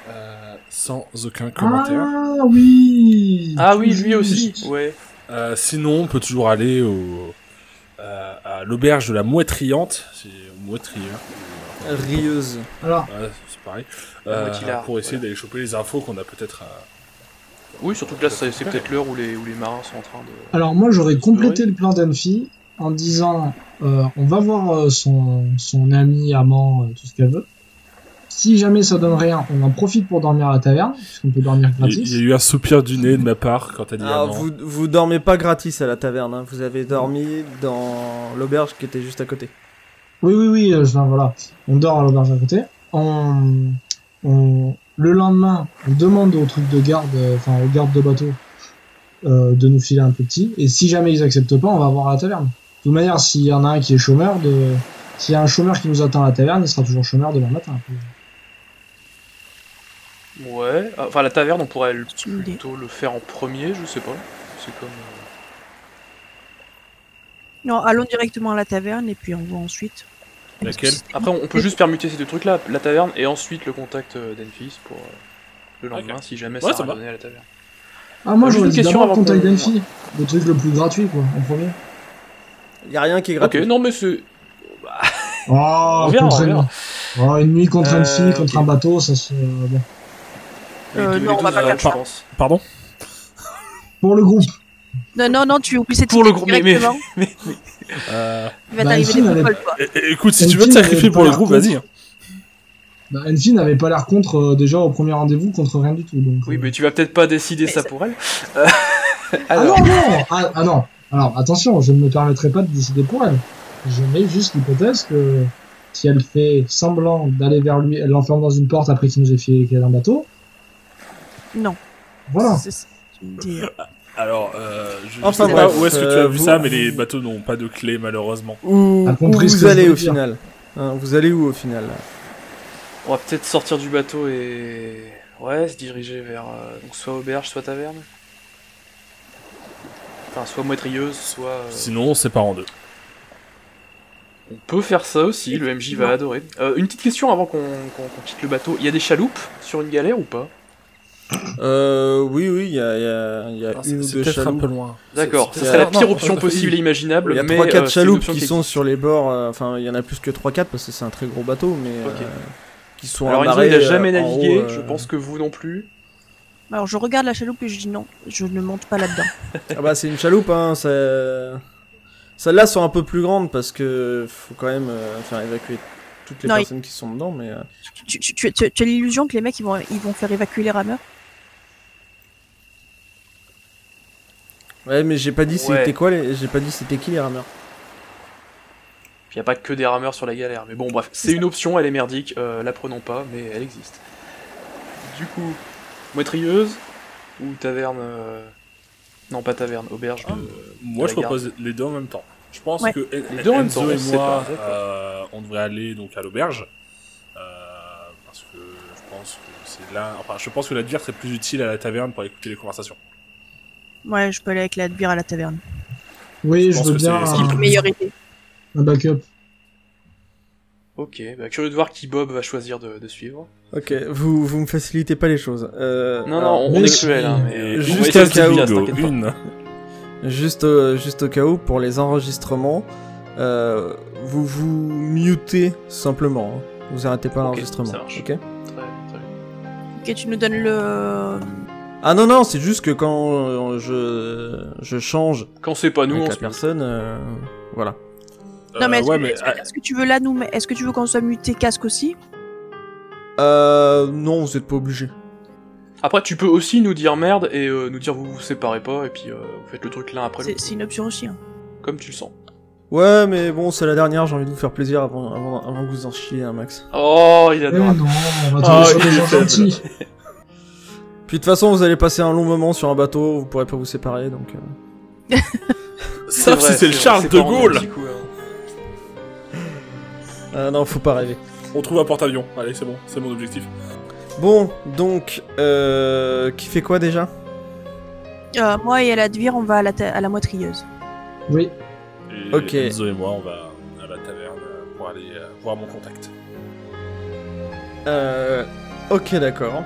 Euh, sans aucun commentaire. Ah oui. Ah oui, lui Tout aussi. juste. Ouais. Euh, sinon, on peut toujours aller au, euh, à l'auberge de la Mouettriante. C'est Mouettrière. Rieuse. Alors, Ouais, c'est pareil. La Euh, Mouettillard, pour essayer voilà. d'aller choper les infos qu'on a peut-être à... Oui, surtout que là, c'est c'est peut-être l'heure où les, où les marins sont en train de. alors moi j'aurais C'est complété vrai. le plan d'Enfi en disant euh, on va voir euh, son, son ami, amant, euh, tout ce qu'elle veut. Si jamais ça donne rien, on en profite pour dormir à la taverne, puisqu'on peut dormir Il y, a- gratis. il y a eu un soupir du nez de ma part quand t'as dit Ah, amant. vous, vous dormez pas gratis à la taverne, hein. Vous avez dormi dans l'auberge qui était juste à côté. Oui, oui, oui, euh, je, enfin, voilà. On dort à l'auberge à côté. On, on, le lendemain, on demande aux trucs de garde, euh, enfin aux gardes de bateau, euh, de nous filer un peu petit. Et si jamais ils acceptent pas, on va voir à la taverne. De toute manière, s'il y en a un qui est chômeur, de... s'il y a un chômeur qui nous attend à la taverne, il sera toujours chômeur demain matin. Ouais. Ah, Enfin, la taverne, on pourrait le- C'est une idée. plutôt le faire en premier, je sais pas. C'est comme. euh, Non, allons directement à la taverne et puis on voit ensuite. Laquelle ? Après, on on peut juste permuter ces deux trucs-là, la taverne et ensuite le contact euh, d'Enfis pour euh, le lendemain, si jamais Ouais, ça ça a va. donné à la taverne. Ah, moi Euh, j'aurais juste dit une question d'abord avant contact qu'on- d'Enfi. Le truc le plus gratuit, quoi, en premier. Y a rien qui est Ok, gratuit. non, mais c'est. Oh, On verra, contre on une- verra. oh, une nuit contre une Euh, fille, contre ok. un bateau, ça se. bon. Euh, les deux- non, les on va deux pas valent, faire je ça. pense. Pardon ? Pour le groupe. Non, non, non, tu oublies cette Pour idée le groupe, mais- mais- directement. euh... Il va Bah, t'arriver ici, des on avait- coups toi. é- é- Écoute, si Une tu veux te fille sacrifier n'avait pour pas le l'air groupe, contre. vas-y. Bah, Enfi n'avait pas l'air contre, euh, déjà au premier rendez-vous, contre rien du tout. Donc, Oui, euh. mais tu vas peut-être pas décider Mais ça ça- pour elle. Ah Alors, non, non ah, ah non Alors attention, je ne me permettrai pas de décider pour elle. Je mets juste l'hypothèse que si elle fait semblant d'aller vers lui, elle l'enferme dans une porte après qu'il nous ait filé qu'elle est un bateau. Non. Voilà. C'est- c'est une idée. Alors, euh, je, je Enfin, sais pas bref, où est-ce que tu euh, as vu vous- ça, mais les bateaux n'ont pas de clé, malheureusement. Où, T'as où compris ce vous que je allez voulais au dire. final hein, Vous allez où au final là on va peut-être sortir du bateau et. Ouais, se diriger vers. euh, donc soit auberge, soit taverne. Enfin, soit moitrieuse, soit. euh, Sinon, on sépare en deux. On peut faire ça aussi, le M J va adorer. Euh, une petite question avant qu'on qu'on- qu'on quitte le bateau. Il y a des chaloupes sur une galère ou pas? euh, Oui, oui, il y a, il y a, il y a Ah, c'est une ou c'est deux peut-être un chaloupes. peu loin. D'accord, C'est- ce c'est- serait la non, pire non, option euh, possible et imaginable. Il y a mais, trois quatre euh, c'est une chaloupes option qui qui sont existe. sur les bords. euh, Enfin, il y en a plus que trois quatre parce que c'est un très gros bateau, mais Ok. euh, qui sont Alors Enzo, amarrés. il a jamais euh, en navigué, haut, euh. je pense que vous non plus. Alors je regarde la chaloupe et je dis non, je ne monte pas là-dedans. Ah bah c'est une chaloupe, hein. ça- Celles-là sont un peu plus grandes parce que faut quand même euh, faire évacuer toutes les Non, il- personnes qui sont dedans, mais. euh, tu, tu, tu, tu- tu as l'illusion que les mecs ils vont, ils vont faire évacuer les rameurs. Ouais, mais j'ai pas dit Ouais. c'était quoi les. J'ai pas dit c'était qui les rameurs. Il n'y a pas que des rameurs sur la galère. Mais bon, bref, c'est une option, elle est merdique, euh, la prenons pas, mais elle existe. Du coup, moitrieuse ou taverne. euh, Non, pas taverne, auberge de. Moi, de je la propose les deux en même temps. Je pense Ouais. que En- Les deux en même Enzo temps, et on se moi, sépare, d'accord. euh, on devrait aller donc à l'auberge. Euh, parce que je pense que c'est là. Enfin, je pense que la Dvir serait plus utile à la taverne pour écouter les conversations. Ouais, je peux aller avec la Dvir à la taverne. Oui, Je je, pense veux que bien c'est- un, c'est Meilleure idée. un backup. Ok, bah, curieux de voir qui Bob va choisir de, de suivre. Ok, vous, vous me facilitez pas les choses. Euh, Non, alors, non, on, mais on est si. cruel, hein, mais. Et on va juste essayer au de cas où, efficace, Hugo, t'inquiète pas. une. Juste, euh, juste au cas où, pour les enregistrements, euh, vous vous mutez simplement. hein. Vous arrêtez pas Ok, l'enregistrement. ça marche. Ok. Très, très bien. Ok, tu nous donnes le. Ah non non, c'est juste que quand euh, je je change Quand c'est pas nous, avec on la se personne, euh, voilà. Non, mais Euh, est-ce ouais, que, mais est-ce que- est-ce que tu veux là nous. Est-ce que tu veux qu'on soit muté casque aussi? Euh, non, vous êtes pas obligé. Après, tu peux aussi nous dire merde et euh, nous dire vous vous séparez pas et puis euh, vous faites le truc l'un après C'est, l'autre. c'est une option aussi. Hein. Comme tu le sens. Ouais, mais bon, c'est la dernière. J'ai envie de vous faire plaisir avant avant, avant que vous en chiez, hein, Max. Oh, il Eh adore. non, on va Ah, tomber sur il des est gens faible. gentils. Puis de toute façon, vous allez passer un long moment sur un bateau. Vous pourrez pas vous séparer, donc. euh. Sauf si c'est le vrai, Charles c'est de pas en un Gaulle. petit coup, hein. Euh, non, faut pas rêver. On trouve un porte-avions. Allez, c'est bon, c'est mon objectif. Bon, donc, euh, qui fait quoi déjà? Euh, moi et à la Dvir, on va à la, ta- à la moitrieuse. Oui. Et Ok. Enzo et moi, on va à la taverne euh, pour aller euh, voir mon contact. Euh, Ok, d'accord.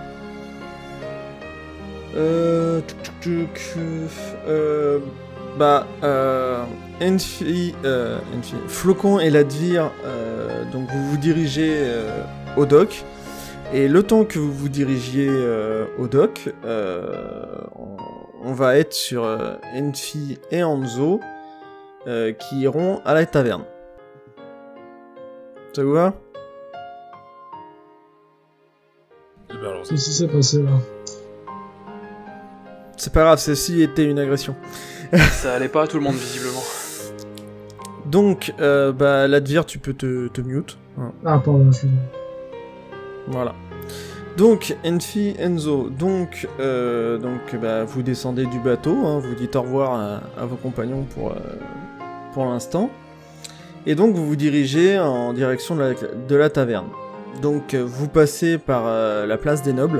Euh... tuc, tuc, tuc, euh... Bah, euh... Enfi, euh... Enfi... Flocon et Ladvir, euh... donc vous vous dirigez euh, au dock. Et le temps que vous vous dirigiez euh, au dock, euh, on, on va être sur euh, Enfi et Hanzo euh, qui iront à la taverne. Ça vous va? Eh ben, alors, Qu'est-ce qui s'est passé là? C'est pas grave, ceci était une agression. Ça allait pas à tout le monde, visiblement. Donc, euh, bah, Ladvir, tu peux te, te mute. Hein. Ah, pardon, excuse-moi. Voilà. Donc, Enfi, Enzo, donc, euh, donc bah, vous descendez du bateau, hein, vous dites au revoir à, à vos compagnons pour, euh, pour l'instant. Et donc, vous vous dirigez en direction de la, de la taverne. Donc, euh, vous passez par euh, la place des Nobles.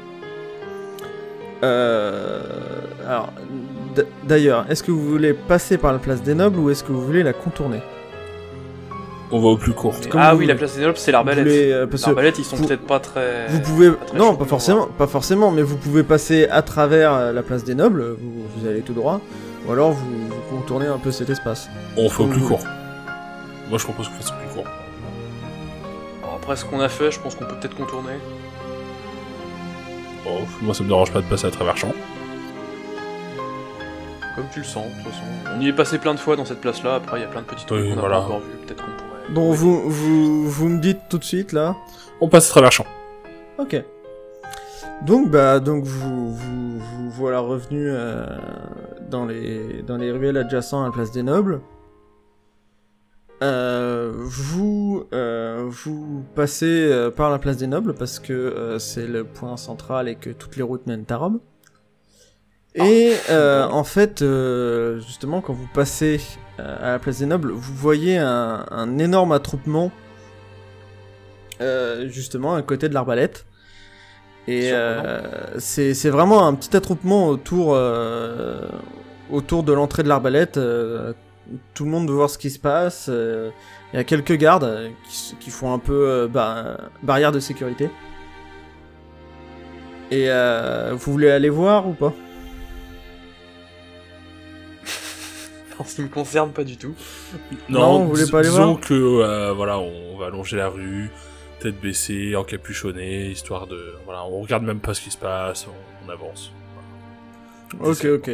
Euh, alors, d- d'ailleurs, est-ce que vous voulez passer par la place des Nobles ou est-ce que vous voulez la contourner? on va au plus court. Mais- Comme ah vous oui, la voulez. place des Nobles, c'est Vous l'arbalète. voulez, euh, parce que L'arbalète, ils sont vous- peut-être pas très. Vous pouvez... pas très Non, chauds pas pour forcément, voir. pas forcément, mais vous pouvez passer à travers euh, la place des Nobles, vous, vous allez tout droit, ou alors vous, vous contournez un peu cet espace. On fait au Comme plus vous court. Moi, je propose qu'on fasse au plus court. Alors, après ce qu'on a fait, je pense qu'on peut peut-être contourner. Oh, moi, ça me dérange pas de passer à travers champ. Comme tu le sens, de toute façon. On y est passé plein de fois dans cette place-là, après il y a plein de petits trucs Oui, qu'on n'a voilà. pas encore vu, peut-être qu'on pourrait. Bon, vous, vous, vous me dites tout de suite, là. On passe à travers champ. Ok. Donc, bah, donc vous, vous, vous voilà revenu euh, dans, les, dans les ruelles adjacentes à la place des Nobles. Euh, vous, euh, vous passez euh, par la place des Nobles parce que euh, c'est le point central et que toutes les routes mènent à Rome. Et euh, en fait, euh, justement, quand vous passez euh, à la place des Nobles, vous voyez un, un énorme attroupement, euh, justement, à côté de l'arbalète. Et Surprenant. euh, c'est c'est vraiment un petit attroupement autour, euh, autour de l'entrée de l'arbalète. Euh, tout le monde veut voir ce qui se passe. euh, Il y a quelques gardes euh, qui, s- qui font un peu euh, bah, barrière de sécurité. Et euh, vous voulez aller voir ou pas? En ce qui me concerne, pas du tout. Non, vous voulez dis- pas aller disons voir que, euh, voilà, on va allonger la rue, tête baissée, encapuchonné, histoire de... Voilà, on regarde même pas ce qui se passe, on, on avance. Voilà. Ok, ok.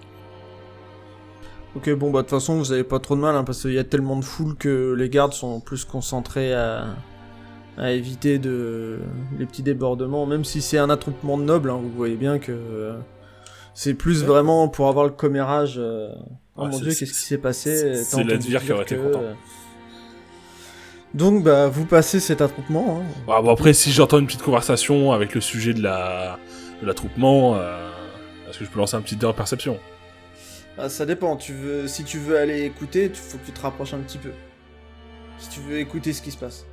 Ok, bon, bah, de toute façon, vous avez pas trop de mal, hein, parce qu'il y a tellement de foule que les gardes sont plus concentrés à, à éviter de... les petits débordements, même si c'est un attroupement de nobles, hein, vous voyez bien que euh, c'est plus Ouais. vraiment pour avoir le commérage. euh, Oh Ouais, mon c'est- dieu, c'est- qu'est-ce qui s'est passé? c'est- T'as c'est entendu Ladvir qui dire aurait été que, content. euh, Donc, bah, vous passez cet attroupement, hein. Bah, bon, après, si j'entends une petite conversation avec le sujet de la de l'attroupement, euh, est-ce que je peux lancer un petit dé en perception? Ah, ça dépend, tu veux... si tu veux aller écouter, il faut que tu te rapproches un petit peu. Si tu veux écouter ce qui se passe.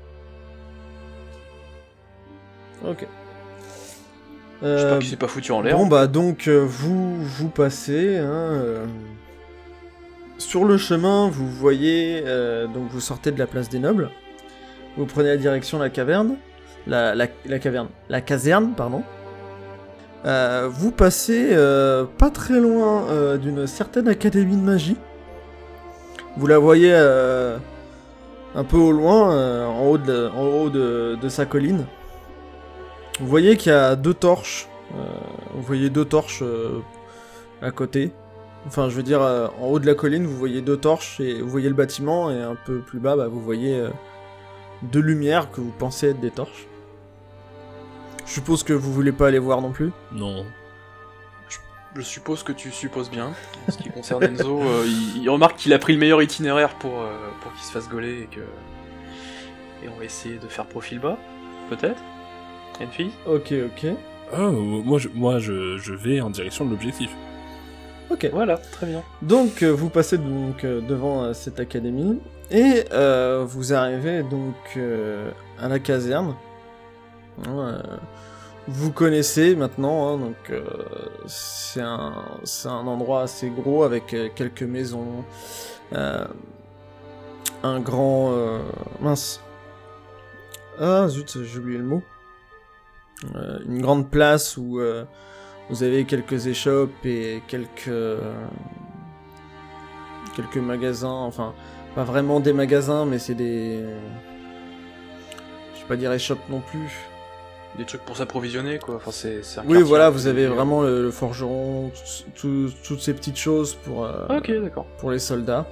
Ok. J'espère Euh, qu'il s'est pas foutu en l'air. bon bah donc euh, vous vous passez hein, euh, sur le chemin, vous voyez euh, donc vous sortez de la place des Nobles, vous prenez la direction de la caverne, la, la, la caverne, la caserne pardon. Euh, vous passez euh, pas très loin euh, d'une certaine académie de magie. Vous la voyez euh, un peu au loin, euh, en haut, de, en haut de, de sa colline. Vous voyez qu'il y a deux torches. Euh, vous voyez deux torches euh, à côté. Enfin, je veux dire, euh, en haut de la colline, vous voyez deux torches et vous voyez le bâtiment. Et un peu plus bas, bah, vous voyez euh, deux lumières que vous pensez être des torches. Je suppose que vous voulez pas aller voir non plus. Non. Je suppose que tu supposes bien. En ce qui concerne Enzo, euh, il, il remarque qu'il a pris le meilleur itinéraire pour, euh, pour qu'il se fasse gauler et que. Et on va essayer de faire profil bas, peut-être. Enfi. Ok, ok. Ah, euh, moi, je, moi je, je vais en direction de l'objectif. Ok. Voilà, très bien. Donc, euh, vous passez donc euh, devant euh, cette académie et euh, vous arrivez donc euh, à la caserne. Euh, vous connaissez maintenant, hein, donc euh, c'est un, c'est un endroit assez gros avec euh, quelques maisons, euh, un grand... euh, mince. Ah zut, j'ai oublié le mot. euh, une grande place où euh, vous avez quelques échoppes et quelques euh, quelques magasins, enfin pas vraiment des magasins, mais c'est des, je vais pas dire échoppes non plus. Des trucs pour s'approvisionner, quoi. Enfin, c'est, c'est un Oui, quartier, voilà, hein, vous c'est- avez vraiment le, le forgeron, tout- tout- toutes ces petites choses pour, euh, Ah, ok, d'accord. pour les soldats.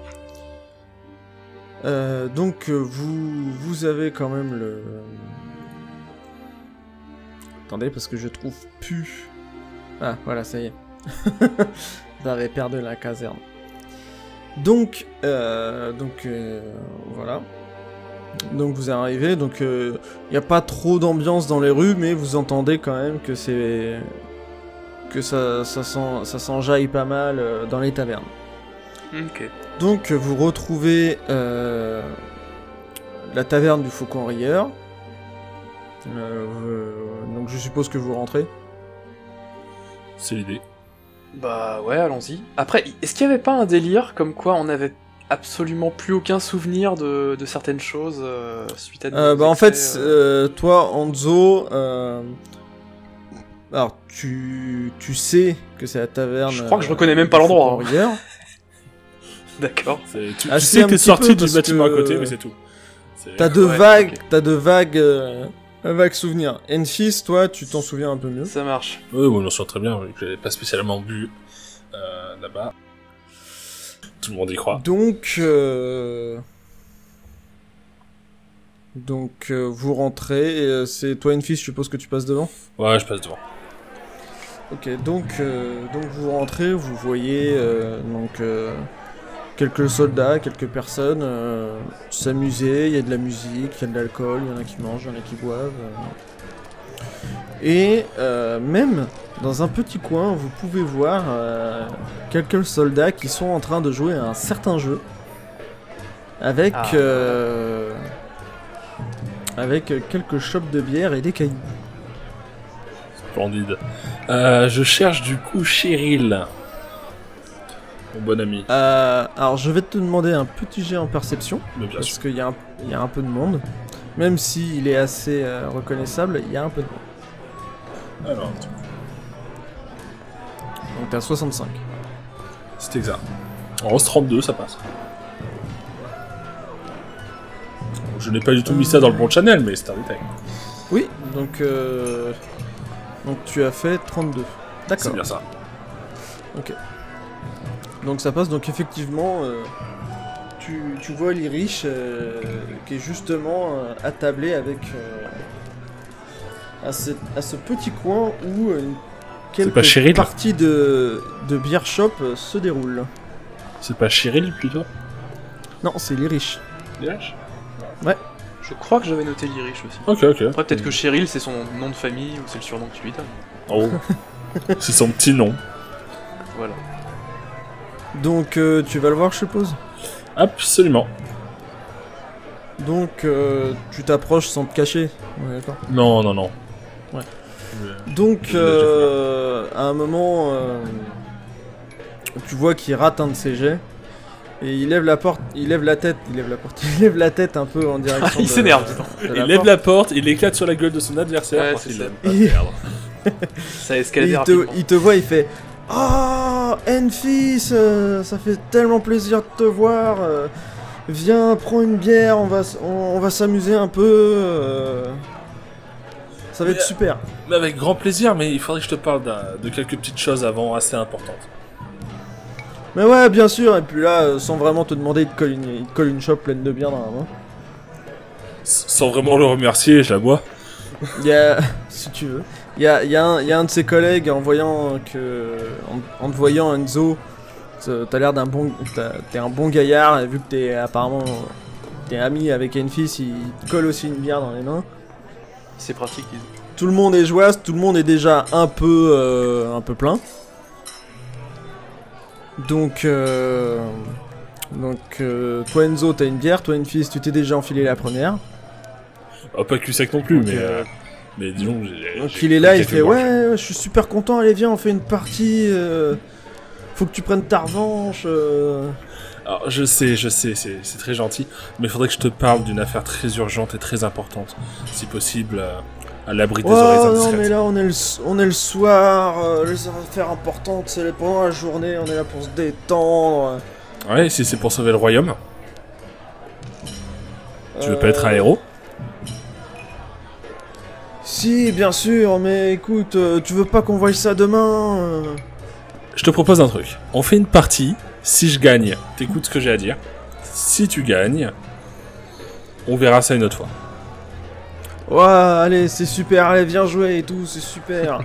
Euh, donc, euh, vous, vous avez quand même le... Attendez, parce que je trouve plus... Ah, voilà, ça y est. J'avais perdu la caserne. Donc, euh, donc euh, voilà. Donc vous arrivez, donc il euh, n'y a pas trop d'ambiance dans les rues, mais vous entendez quand même que c'est que ça ça sent ça s'enjaille pas mal euh, dans les tavernes. Ok. Donc vous retrouvez euh, la taverne du Faucon Rieur. Euh, vous- donc je suppose que vous rentrez. C'est l'idée. Bah ouais, allons-y. Après, est-ce qu'il y avait pas un délire comme quoi on avait absolument plus aucun souvenir de, de certaines choses euh, suite à... Euh, nos bah en excès, fait, euh, euh, toi, Anzo, euh, alors tu tu sais que c'est la taverne. Je crois que je euh, reconnais même pas du l'endroit, Faucon hein. Rieur. D'accord. C'est- Tu, Ah, tu c'est sais un que t'es petit sorti peu du parce bâtiment que- à côté, mais c'est tout. C'est- T'as de Ouais, vagues, ok. t'as de vagues, euh, vagues souvenirs. Enfis, toi, tu t'en souviens un peu mieux. Ça marche. Oui, bon, on s'en souvient très bien, vu que j'avais pas spécialement bu euh, là-bas. Tout le monde y croit. Donc, euh... donc euh, vous rentrez. Et, euh, c'est toi, Enfis, je suppose que tu passes devant. Ouais, je passe devant. Ok, donc, euh, donc vous rentrez, vous voyez euh, donc euh, quelques soldats, quelques personnes euh, s'amuser. Il y a de la musique, il y a de l'alcool, il y en a qui mangent, il y en a qui boivent. euh. Et euh, même dans un petit coin, vous pouvez voir euh, quelques soldats qui sont en train de jouer à un certain jeu avec Ah. euh, avec quelques chopes de bière et des cailloux. Splendide. Euh, je cherche du coup Cheryl. Mon bon ami. Euh, alors je vais te demander un petit jet en perception, Mais bien parce sûr. qu'il y, a un- il y a un peu de monde. Même s'il est assez euh, reconnaissable, il y a un peu de monde. Alors, Donc t'es à soixante-cinq. c'est exact. En onze trente-deux, ça passe. Je n'ai pas du tout mis ça dans le bon channel, mais c'est un détail. Oui, donc, euh, donc tu as fait trente-deux. C'est D'accord. bien ça. Donc ça passe, donc effectivement, euh, tu, tu vois l'Irish euh, qui est justement euh, attablé avec... euh, à, ce, à ce petit coin où euh, une, quelques pas Cheryl parties de, de beer shop euh, se déroulent. C'est pas Cheryl plutôt Non, c'est l'Irish. Direct. Je crois que j'avais noté l'Irish aussi. Ok, ok. Après, peut-être que Cheryl, c'est son nom de famille ou c'est le surnom que tu lui donnes. Oh. C'est son petit nom. Voilà. Donc euh, tu vas le voir, je suppose. Absolument. Donc euh, tu t'approches sans te cacher. Ouais, d'accord. Non, non, non. Ouais. Je- Donc Je l'ai déjà fait. euh, à un moment, euh, tu vois qu'il rate un de ses jets et il lève la porte, il lève la tête, il lève la porte, il lève la tête un peu en direction. Il de- s'énerve, dis donc. de Il la lève porte. la porte, il éclate sur la gueule de son adversaire Ouais, parce c'est qu'il ça. aime pas Et- perdre. Ça a Et escaladé il, rapidement. te, il te voit, il fait ah, Enfis, euh, ça fait tellement plaisir de te voir. euh, viens, prends une bière, on va, s- on, on va s'amuser un peu. euh, ça va Mais- être super. Mais avec grand plaisir, mais il faudrait que je te parle d'un- de quelques petites choses avant assez importantes. Mais ouais, bien sûr. Et puis là, euh, sans vraiment te demander, il te colle une, il te colle une chope pleine de bière dans la main. S- Sans vraiment le remercier, je la bois. Il y a, si tu veux, il y a, il y, a un- il y a un de ses collègues en voyant que, en, en te voyant Enzo, t'as t'as l'air d'un bon, t'as- t'es un bon gaillard et vu que t'es apparemment, t'es ami avec Enfis, il te colle aussi une bière dans les mains. C'est pratique, disons. Tout le monde est joyeux, tout le monde est déjà un peu, euh, un peu plein. Donc, euh, donc, euh, toi Enzo, t'as une bière, toi Enfis, tu t'es déjà enfilé la première. Oh, pas cul sec non plus, Donc, mais, euh, euh, mais disons, j'ai. Donc j'ai il est là, pris il quelques fait gorges. ouais, ouais, je suis super content, allez viens, on fait une partie. euh, faut que tu prennes ta revanche. euh. Alors, je sais, je sais, c'est c'est très gentil, mais il faudrait que je te parle d'une affaire très urgente et très importante. Si possible, euh, à l'abri des Oh oreilles non, indiscrètes. mais là on est le, on est le soir, euh, les affaires importantes, c'est pendant la journée, on est là pour se détendre. Ouais, si c'est pour sauver le royaume. Tu veux pas être un Euh, héros? Si, bien sûr, mais écoute, euh, tu veux pas qu'on voie ça demain euh Je te propose un truc. On fait une partie. Si je gagne, t'écoutes ce que j'ai à dire. Si tu gagnes, on verra ça une autre fois. Ouais, allez, c'est super, allez, viens jouer et tout, c'est super.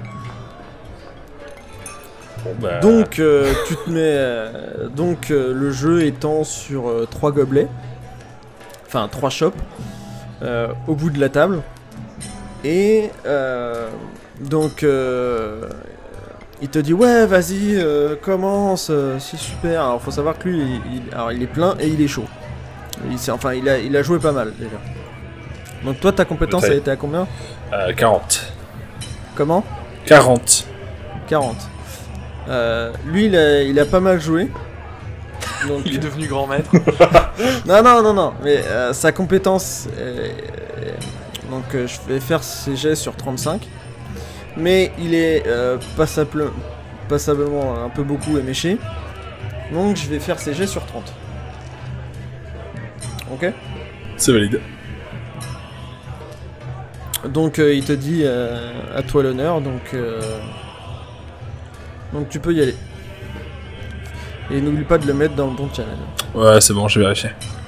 Bon, bah... Donc, euh, tu te mets... euh, donc, euh, le jeu étant sur euh, trois gobelets, enfin, trois chopes, euh, au bout de la table. Et, euh, donc, euh, il te dit, ouais, vas-y, euh, commence, euh, c'est super. Alors, faut savoir que lui, il, il- alors, il est plein et il est chaud. Il, s'est- enfin, il a, il a joué pas mal, déjà. Donc, toi, ta compétence, Ok. elle était à combien? Euh, quarante. Comment? quarante. quarante. Euh, lui, il a, il a pas mal joué. Donc, Il est devenu grand maître. non, non, non, non. Mais euh, sa compétence. euh, euh, donc, euh, je vais faire ses jets sur trente-cinq. Mais il est euh, passable, passablement un peu beaucoup éméché. Donc, je vais faire ses jets sur trente. Ok? C'est valide. Donc, euh, il te dit euh, à toi l'honneur. Donc, euh, donc, tu peux y aller. Et n'oublie pas de le mettre dans le bon channel. Ouais, c'est bon, j'ai vérifié.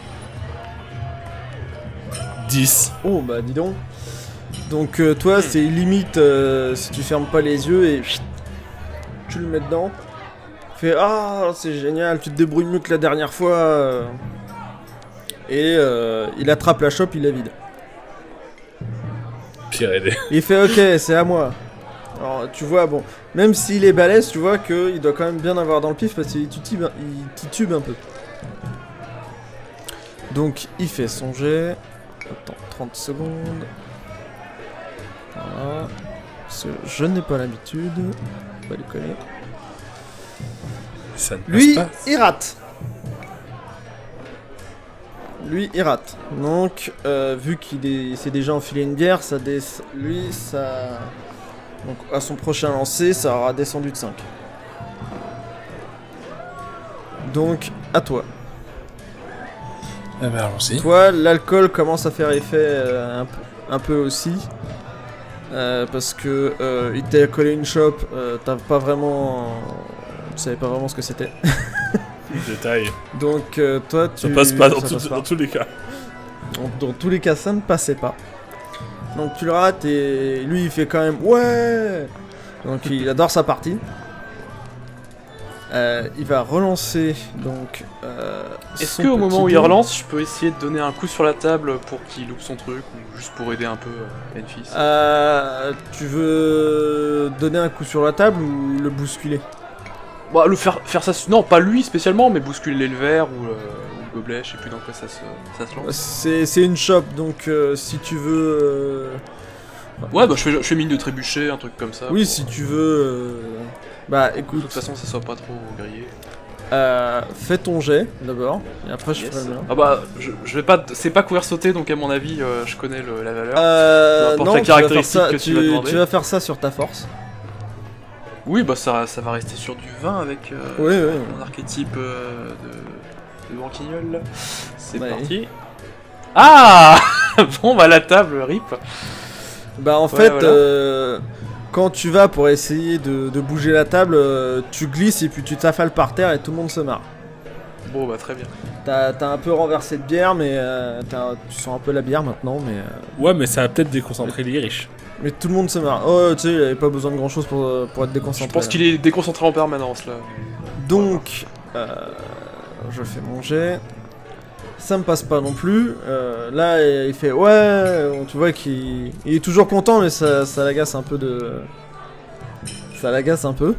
dix. Oh bah dis donc. Donc euh, toi c'est limite euh, si tu fermes pas les yeux et chut, tu le mets dedans. Fais ah c'est génial, tu te débrouilles mieux que la dernière fois. euh. Et euh, il attrape la chope, il la vide. Pire aidé. Il fait ok c'est à moi. Alors tu vois bon, même s'il est balèze, tu vois qu'il doit quand même bien avoir dans le pif parce qu'il titube, il titube un peu. Donc il fait son jet. Attends, trente secondes. Voilà. Parce que je n'ai pas l'habitude. On va déconner. Ça ne passe Lui, pas. il rate. Lui, il rate. Donc, euh, vu qu'il est, s'est déjà enfilé une bière, ça des... lui, ça... Donc, à son prochain lancer, ça aura descendu de cinq. Donc, à toi. Eh ben, allons-y. Toi, l'alcool commence à faire effet euh, un, p- un peu aussi. Euh, parce que euh, il t'a collé une chope, euh, t'as pas vraiment... Tu savais pas vraiment ce que c'était. Détail. Donc euh, toi, tu... Ça passe pas dans, ça tout- passe dans tous les cas. Dans, dans tous les cas, ça ne passait pas. Donc tu le rates et lui, il fait quand même... Ouais. Donc il adore sa partie. Euh, il va relancer, donc... Euh, Est-ce son qu'au petit moment où il dé. relance, je peux essayer de donner un coup sur la table pour qu'il loupe son truc, ou juste pour aider un peu euh, Enfis? Euh, tu veux donner un coup sur la table ou le bousculer? Bah, le faire, faire ça... Non, pas lui spécialement, mais bousculer le verre ou, euh, ou le gobelet, je sais plus dans quoi ça se, ça se lance. C'est c'est une chope, donc euh, si tu veux... euh, Ouais, bah je fais, je fais mine de trébucher, un truc comme ça. Oui, pour- si tu veux... euh, Bah De écoute, toute façon, ça soit pas trop grillé. euh, fais ton jet d'abord, et après je Yes. ferai le mien. Ah bah, je, je vais pas... C'est pas courir sauter, donc à mon avis, euh, je connais le- la valeur. Euh, Peu importe non, la tu vas faire caractéristique ça, que tu vas demander. tu vas faire ça sur ta force. Oui, bah ça, ça va rester sur du vingt avec euh, Oui, oui. mon archétype euh, de, de banquignol. là. C'est Ouais. parti. Ah Bon, bah la table, rip. Bah en Ouais, fait, voilà. euh, quand tu vas pour essayer de, de bouger la table, euh, tu glisses et puis tu t'affales par terre et tout le monde se marre. Bon, bah très bien. T'as t'as un peu renversé de bière, mais euh, t'as- tu sens un peu la bière maintenant, mais, euh, Ouais, mais ça va peut-être déconcentrer les riches. mais tout le monde se marre. Oh, tu sais, il avait pas besoin de grand chose pour, euh, pour être Je déconcentré. pense là. qu'il est déconcentré en permanence là. Donc, euh, je fais mon jet. Ça me passe pas non plus. Euh, là, il fait ouais. Tu vois qu'il il est toujours content, mais ça, ça l'agace un peu de. Ça l'agace un peu.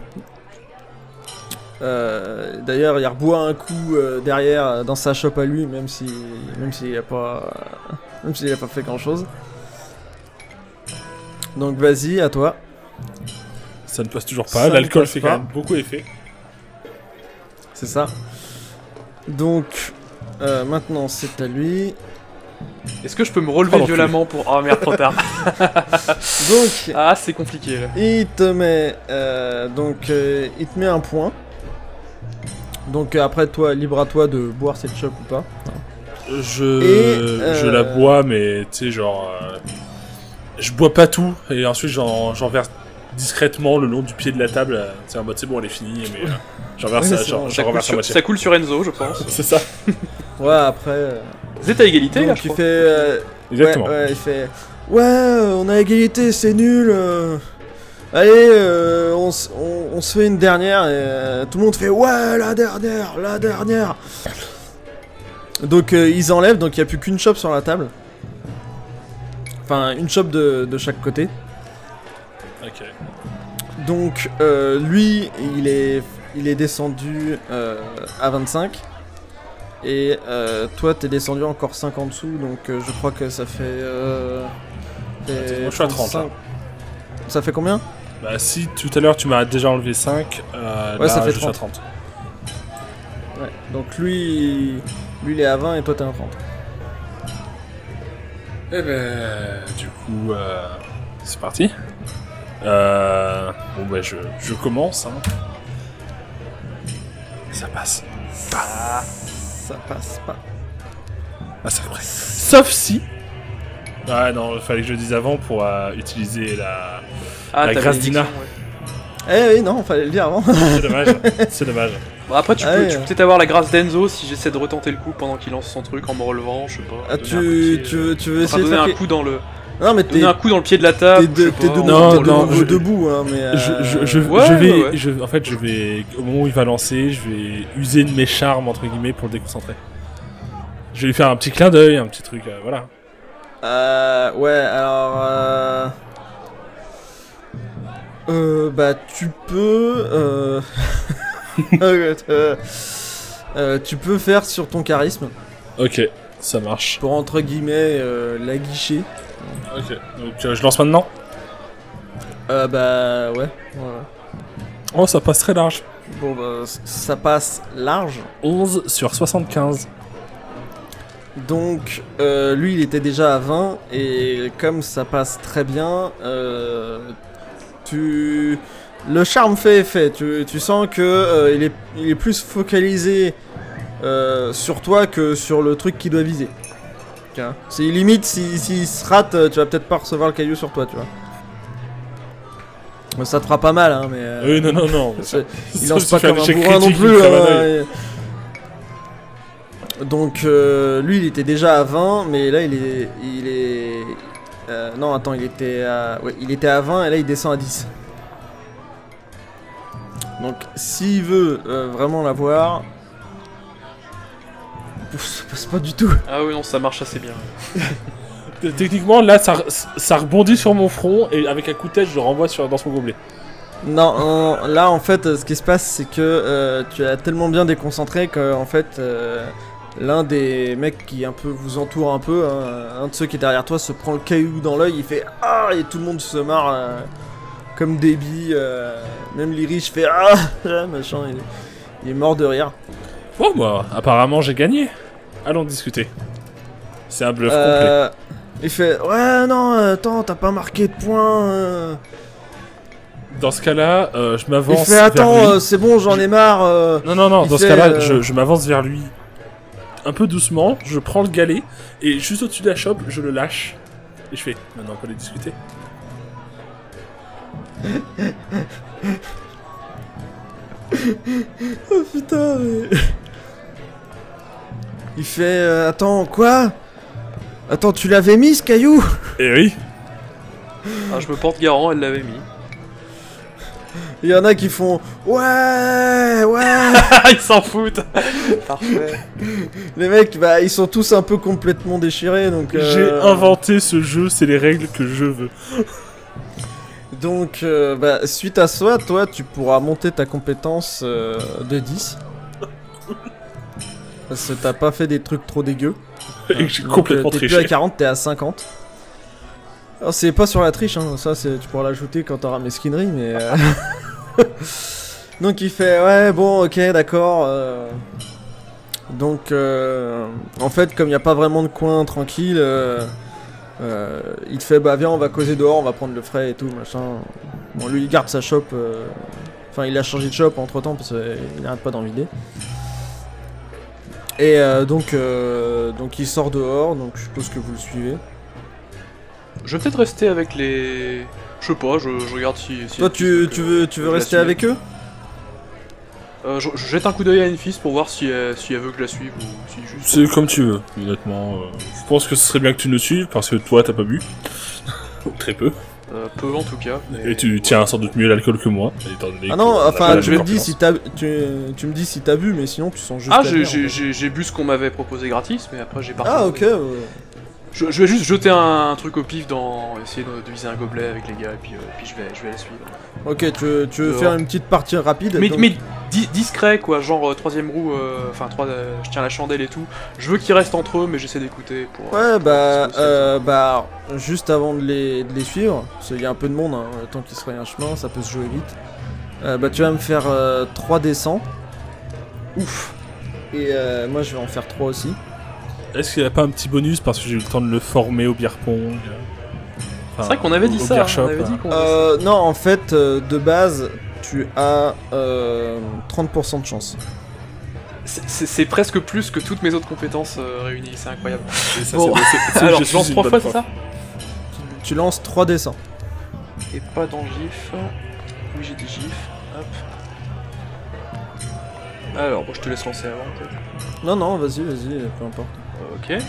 Euh, D'ailleurs, il reboit un coup euh, derrière euh, dans sa chope à lui, même si, même s'il a pas, même s'il a pas fait grand chose. Donc vas-y, à toi. Ça ne passe toujours Ça pas. ne L'alcool passe fait pas. quand même beaucoup effet. C'est ça. Donc, euh, maintenant c'est à lui. Est-ce que je peux me relever Pas non plus. violemment pour... Oh merde, trop tard. Donc, Ah, c'est compliqué, là. il te met, euh, donc, euh, il te met un point. Donc euh, après, toi, libre à toi de boire cette chope ou pas. Je, Et, je euh, la bois, mais tu sais, genre. euh, Je bois pas tout, et ensuite j'en j'en verse discrètement le long du pied de la table. euh, C'est en mode c'est bon, elle est finie, mais euh, j'en verse, Ouais, ça, c'est j'en bon, j'en Ça coule, reverse à sur... moitié. ça coule sur Enzo, je pense. C'est ça, Ouais, après. euh, Vous êtes à égalité, là, donc je il crois. fait. euh, exactement. Ouais, ouais, il fait. Ouais, euh, on a égalité, c'est nul. euh. Allez, euh, on, s- on, on se fait une dernière et euh, tout le monde fait ouais, la dernière, la dernière. Donc euh, ils enlèvent, donc il n'y a plus qu'une chope sur la table. Enfin, une chope de, de chaque côté. Ok. Donc euh, lui, il est, il est descendu euh, à vingt-cinq. Et euh, toi, t'es descendu encore cinq en dessous, donc euh, je crois que ça fait... Euh, fait Moi, je suis à trente, trente-cinq. Ça fait combien? Bah, si tout à l'heure tu m'as déjà enlevé cinq, euh, Ouais, là ça fait je suis à trente. trente. Ouais. Donc lui, lui il est à vingt et toi t'es à trente. Eh ben, du coup, euh, c'est parti. Euh, bon, bah, je, je commence. Hein. Ça passe. Ça, ça passe pas. Ah, ça ferait. Sauf si. Ouais, non, il fallait que je le dise avant pour euh, utiliser la. Ah, la t'as grâce bénédiction, d'Ina. Eh oui, non, fallait le dire avant. C'est dommage. C'est dommage. Bon, après, tu Ah peux, ouais. tu peux peut-être avoir la grâce d'Enzo si j'essaie de retenter le coup pendant qu'il lance son truc en me relevant, je sais pas. Ah, donner un tu, petit, tu euh, veux, tu veux enfin, essayer de donner faire... un coup dans le. Non, mais t'es... Donner un coup dans le pied de la T'es table. de, je sais t'es pas, de ou- Non, nouveau, t'es de non, nouveau je- debout, hein, mais... Euh... Je, je, je, Ouais, je vais, ouais, ouais. Je, en fait, je vais, au moment où il va lancer, je vais user de mes charmes entre guillemets pour le déconcentrer. Je vais lui faire un petit clin d'œil, un petit truc, euh, voilà. Euh... Ouais, alors... Euh... Euh... Bah, tu peux... Euh... euh, euh, tu peux faire sur ton charisme, Ok, ça marche. pour entre guillemets euh, la guicher. Ok, donc euh, je lance maintenant. Euh, bah, ouais. ouais. Oh, ça passe très large. Bon, bah, c- ça passe large. onze sur soixante-quinze. Donc, euh, lui, il était déjà à vingt, et comme ça passe très bien, euh, tu... Le charme fait effet, tu, tu sens que euh, il, est, il est plus focalisé euh, sur toi que sur le truc qu'il doit viser. Tu vois. C'est limite, s'il si, s'il se rate, euh, tu vas peut-être pas recevoir le caillou sur toi, tu vois. Bon, ça te fera pas mal, hein, mais... euh, Oui, non, non, non. c'est- il Ça, lance c'est pas faire comme un l'échec bourrin non critique, plus. il crève un hein, œil. et- Donc euh, lui il était déjà à vingt, mais là il est, il est, euh, non attends il était à, ouais, il était à vingt et là il descend à dix. Donc s'il veut euh, vraiment l'avoir, ouf, ça passe pas du tout. Ah oui, non, ça marche assez bien. T- Techniquement, là, ça, ça rebondit sur mon front et avec un coup de tête, je le renvoie sur, dans son gobelet. Non, non, là en fait euh, ce qui se passe c'est que euh, tu as tellement bien déconcentré que en fait euh, l'un des mecs qui un peu vous entoure un peu, hein, un de ceux qui est derrière toi se prend le caillou dans l'œil, il fait ah et tout le monde se marre euh, comme des billes, euh, même les riches fait ah machin, il, il est mort de rire. Bon, bah, apparemment, j'ai gagné. Allons discuter. C'est un bluff complet. Euh, il fait ouais non attends t'as pas marqué de points. euh. Dans ce cas-là, euh, je Il m'avance fait vers attends lui. euh, c'est bon j'en ai marre. euh. Non, non, non, il dans ce fait, cas-là, euh, je, je m'avance vers lui un peu doucement, je prends le galet, et juste au-dessus de la chope, je le lâche. Et je fais, maintenant on peut les discuter. Oh putain mais... Il fait euh, attends quoi? Attends tu l'avais mis ce caillou? Et oui, Ah, je me porte garant, elle l'avait mis. Il y en a qui font ouais ouais. Ah, ils s'en foutent. Parfait. Les mecs bah ils sont tous un peu complètement déchirés donc euh, j'ai inventé ce jeu, c'est les règles que je veux. Donc euh, bah suite à ça toi tu pourras monter ta compétence euh, de dix. Parce que t'as pas fait des trucs trop dégueux. Et que j'ai Donc, complètement euh, T'es plus triché. à quarante, t'es à cinquante. Alors c'est pas sur la triche, hein. Ça c'est, tu pourras l'ajouter quand t'auras mes skinneries, mais... euh, Donc il fait, ouais bon ok d'accord. euh, Donc, euh, en fait, comme il n'y a pas vraiment de coin tranquille, euh, euh, il te fait bah viens, on va causer dehors, on va prendre le frais et tout, machin. Bon, lui il garde sa shop, euh, enfin il a changé de shop entre temps parce qu'il n'arrête pas d'en vider. Et euh, donc, euh, donc il sort dehors, donc je suppose que vous le suivez. Je vais peut-être rester avec les... Je sais pas, je, je regarde si... si Toi tu, tu veux, tu veux rester avec eux? Euh, je, je jette un coup d'œil à Enfys pour voir si elle, si elle veut que je la suive ou si juste... C'est comme tu veux, honnêtement. Euh, je pense que ce serait bien que tu nous suives, parce que toi, t'as pas bu. Très peu. Euh, peu en tout cas. Mais... Et tu tiens sans doute mieux l'alcool que moi. Étant donné ah non, qu'on a enfin, pas je la me même dis si t'as, tu, tu me dis si t'as bu, mais sinon tu sens juste. Ah, la j'ai, merde, j'ai, en fait. j'ai, j'ai bu ce qu'on m'avait proposé gratis, mais après j'ai pas... Ah ok. euh, Je, je vais juste jeter un, un truc au pif dans... essayer de, de viser un gobelet avec les gars, et puis, euh, puis je, vais, je vais la suivre. Ok, tu veux, tu veux Dehors. faire une petite partie rapide? Mais, donc- mais di- discret quoi, genre euh, troisième roue, euh, enfin trois, euh, je tiens la chandelle et tout. Je veux qu'ils restent entre eux, mais j'essaie d'écouter pour... Ouais, euh, bah, pour- pour- euh, bah, juste avant de les, de les suivre, parce qu'il y a un peu de monde, hein, le temps qu'il se fasse un chemin, ça peut se jouer vite. Euh, bah, tu vas me faire euh, trois dés cent. Ouf. Et euh, moi, je vais en faire trois aussi. Est-ce qu'il n'y a pas un petit bonus parce que j'ai eu le temps de le former au beer pong? C'est vrai qu'on avait dit au ça, beer on shop, avait dit hein. qu'on faisait ça. Euh, non, en fait, euh, de base, tu as euh, trente pour cent de chance. C'est- C'est c'est presque plus que toutes mes autres compétences euh, réunies, c'est incroyable. Et ça, Bon. c'est- c'est- c'est- Alors, je je lance suis trois une fois, bonne c'est ça Tu lances trois dés cent. Et pas dans GIF. Oui, j'ai dit GIF. Hop. Alors, bon, je te laisse lancer avant, peut-être. Non, non, vas-y, vas-y, peu importe. Ok.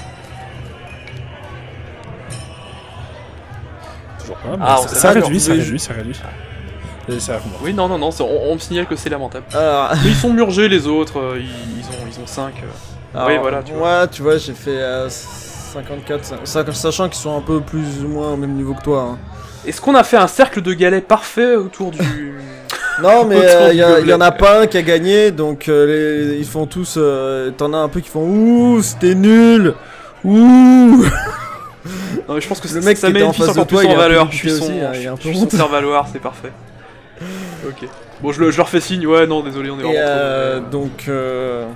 Toujours pas, mais Ah, ça, on ça, s'est réduit, amélioré. ça réduit, ça réduit. Et ça recommence. Oui, non, non, non, c'est- on, on me signale que c'est lamentable. Alors, Mais ils sont murgés, les autres, euh, ils, ils ont ils ont cinq. alors, Oui, voilà, tu moi, tu vois, j'ai fait euh, cinquante-quatre, ça- sachant qu'ils sont un peu plus ou moins au même niveau que toi. Hein. Est-ce qu'on a fait un cercle de galets parfait autour du... Non, mais Autour il du y, a- gobelet. y en a pas un qui a gagné, donc euh, les- ils font tous. euh, T'en as un peu qui font ouh, c'était nul, ouh. Non, mais je pense que Le ça- mec ça qui met était en Enfys face de encore toi, plus il en est un peu valeur. Je dégoûté suis son, aussi, hein, je il est un suis- peu je suis son honte. faire-valoir, c'est parfait. Ok. Bon, je, le- je leur fais signe, ouais, non, désolé, on est Et vraiment euh, trop... donc. euh,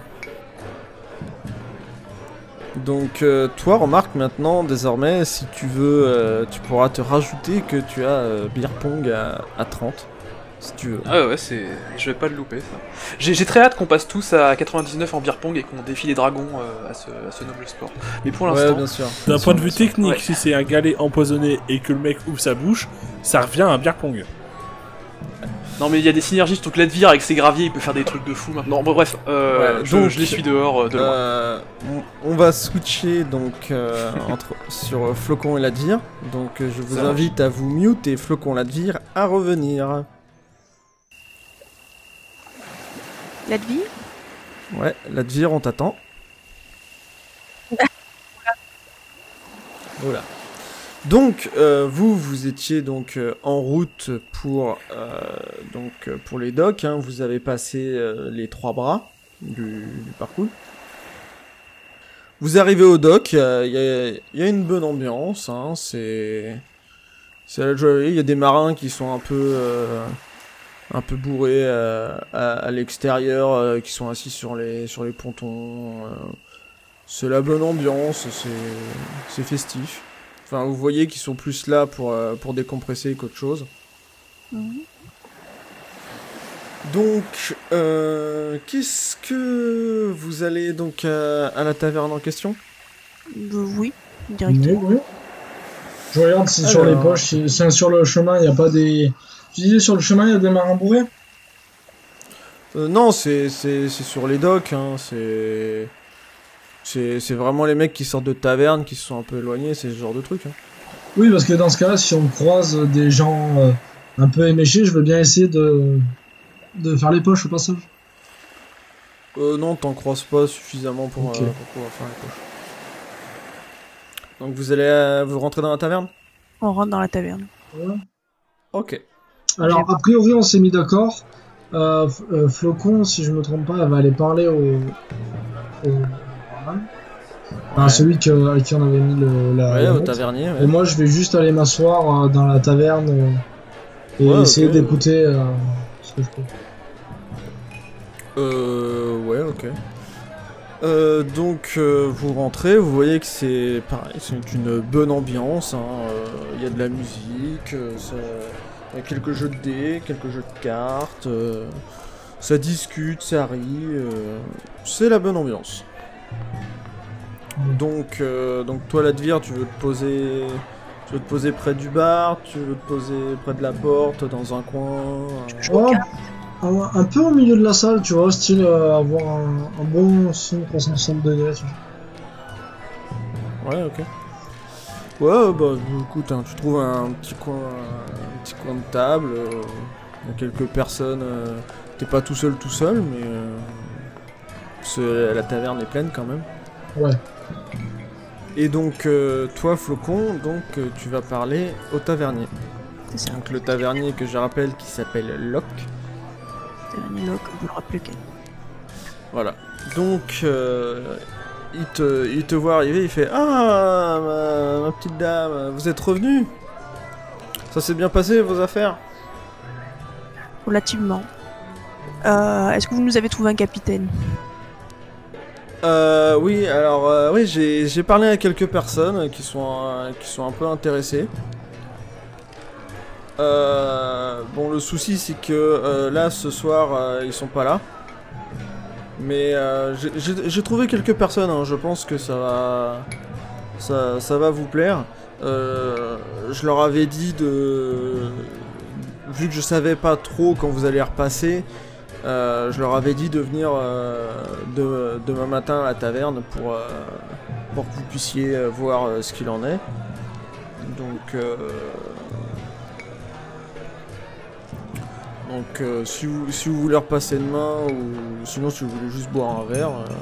Donc, euh, toi, remarque maintenant, désormais, si tu veux, euh, tu pourras te rajouter que tu as euh, beer pong à, à trente, si tu veux. Ah ouais, ouais, c'est... je vais pas le louper, ça. J'ai j'ai très hâte qu'on passe tous à quatre-vingt-dix-neuf en beer pong et qu'on défie les dragons euh, à, ce, à ce noble sport. Mais pour Ouais, l'instant... bien sûr. D'un point de vue technique, Ouais. si c'est un galet empoisonné et que le mec ouvre sa bouche, ça revient à un beer pong. Non mais il y a des synergies, surtout que Ledvir avec ses graviers, il peut faire des trucs de fou maintenant. Bon bref, euh, Ouais, je, donc, je les suis dehors euh, de loin. Euh, on, on va switcher donc euh, entre, sur euh, Flocon et Ladvir. Donc euh, je vous Ça invite à vous mute et Flocon Ladvir à revenir. Ladvir? Ouais, Ladvir, on t'attend. Voilà. Donc euh, vous, vous étiez donc euh, en route pour euh, donc euh, pour les docks. Hein, vous avez passé euh, les trois bras du, du parcours. Vous arrivez au dock, il y a, y a- y a une bonne ambiance, hein, c'est c'est la joie. Il y a des marins qui sont un peu euh, un peu bourrés euh, à, à l'extérieur, euh, qui sont assis sur les sur les pontons. euh. C'est la bonne ambiance, c'est c'est festif. Enfin, vous voyez qu'ils sont plus là pour euh, pour décompresser qu'autre chose. Mhm. Donc, euh, qu'est-ce que vous allez donc à, à la taverne en question? Euh, Oui, Oui, directement. oui. Je regarde si sur les Alors. poches, si, si sur le chemin, il n'y a pas des... Tu disais sur le chemin, il y a des marins bourrés? Euh, non, c'est c'est c'est sur les docks, hein, c'est c'est c'est vraiment les mecs qui sortent de taverne, qui se sont un peu éloignés, c'est ce genre de truc. Hein. Oui, parce que dans ce cas-là, si on croise des gens euh, un peu éméchés, je veux bien essayer de, de faire les poches au passage. Euh, non, t'en croises pas suffisamment pour, Ok. euh, pour pouvoir faire les poches. Donc vous allez euh, vous rentrez dans la taverne? On rentre dans la taverne. Ouais. Ok. Alors, a priori, on s'est mis d'accord. Euh, F- euh, Flocon, si je me trompe pas, elle va aller parler au... au... à Ouais. celui que, à qui on avait mis le, la, Ouais, la au note. tavernier. Et Ouais. moi, je vais juste aller m'asseoir euh, dans la taverne euh, et Ouais, essayer ok. d'écouter euh, ce que je peux. Euh, ouais, ok. Euh, donc euh, vous rentrez, vous voyez que c'est pareil, c'est une bonne ambiance, il hein, euh, y a de la musique, euh, il y a quelques jeux de dés, quelques jeux de cartes, euh, ça discute, ça rit, euh, c'est la bonne ambiance. Donc, euh, donc toi Ladvir, tu veux te poser, tu veux te poser près du bar, tu veux te poser près de la porte, dans un coin. Je Oh, regarde. un, un peu au milieu de la salle, tu vois, style euh, avoir un, un bon son trois cent soixante degrés. Tu vois. Ouais, ok. Ouais, bah écoute, hein, tu trouves un petit coin, un petit coin de table, euh, il y a quelques personnes. Euh, t'es pas tout seul, tout seul, mais euh, c'est- la taverne est pleine quand même. Ouais. Et donc, euh, toi, Flocon, donc euh, tu vas parler au tavernier. C'est ça. Donc le tavernier que je rappelle qui s'appelle Locke. Tavernier Locke, vous le rappelez lequel. Voilà. Donc, euh, il, te, il te voit arriver, il fait « Ah, ma, ma petite dame, vous êtes revenue? Ça s'est bien passé, vos affaires ?» Relativement. Euh, Est-ce que vous nous avez trouvé un capitaine? Euh, oui, alors, euh, oui, j'ai j'ai parlé à quelques personnes qui sont, euh, qui sont un peu intéressées. Euh, bon, le souci, c'est que euh, là, ce soir, euh, ils sont pas là. Mais euh, j'ai- j'ai j'ai trouvé quelques personnes, hein, je pense que ça va, ça, ça va vous plaire. Euh, je leur avais dit de... Vu que je savais pas trop quand vous allez repasser, euh, je leur avais dit de venir euh, de, demain matin à la taverne pour, euh, pour que vous puissiez euh, voir euh, ce qu'il en est. Donc... Euh, Donc euh, si, vous, si vous voulez repasser demain, ou sinon si vous voulez juste boire un verre... euh,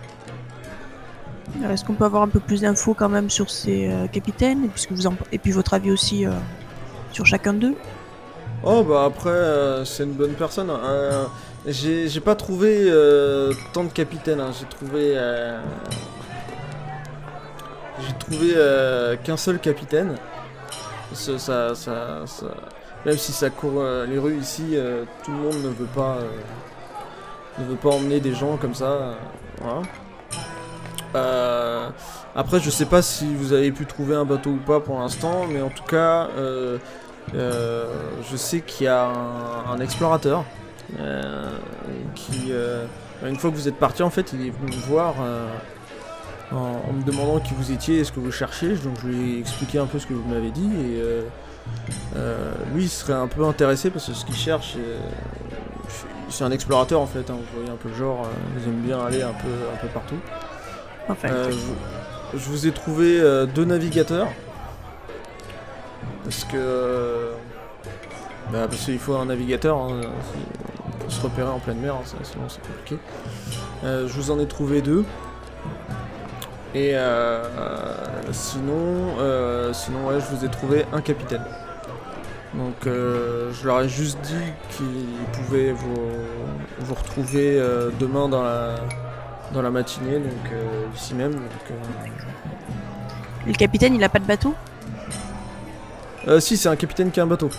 Euh, Est-ce qu'on peut avoir un peu plus d'infos quand même sur ces euh, capitaines et, puisque vous en... et puis votre avis aussi euh, sur chacun d'eux? Oh bah après, euh, c'est une bonne personne. Hein. Euh, j'ai j'ai pas trouvé euh, tant de capitaines, hein. J'ai trouvé... euh, J'ai trouvé euh, qu'un seul capitaine. Ça, ça, ça, ça- Même si ça court euh, les rues ici, euh, tout le monde ne veut pas... euh, ne veut pas emmener des gens comme ça. euh, voilà. Euh, après, je sais pas si vous avez pu trouver un bateau ou pas pour l'instant, mais en tout cas, euh, euh, je sais qu'il y a un, un explorateur euh, qui, euh, une fois que vous êtes parti, en fait, il est venu me voir euh, en, en me demandant qui vous étiez et ce que vous cherchiez. Donc, je lui ai expliqué un peu ce que vous m'avez dit et euh, euh, lui, il serait un peu intéressé parce que ce qu'il cherche, euh, c'est un explorateur en fait. Hein, vous voyez un peu le genre, euh, ils aiment bien aller un peu, un peu partout. Enfin, Euh, je, je vous ai trouvé euh, deux navigateurs. Parce que. euh, bah, parce qu'il faut un navigateur hein, pour se repérer en pleine mer, hein, ça- sinon c'est compliqué. Euh, je vous en ai trouvé deux. Et euh, sinon, euh, sinon ouais, je vous ai trouvé un capitaine. Donc euh, je leur ai juste dit qu'ils pouvaient vous, vous retrouver euh, demain dans la, dans la matinée, donc euh, ici même. Donc, euh, le capitaine, il a pas de bateau? Euh, si, c'est un capitaine qui a un bateau.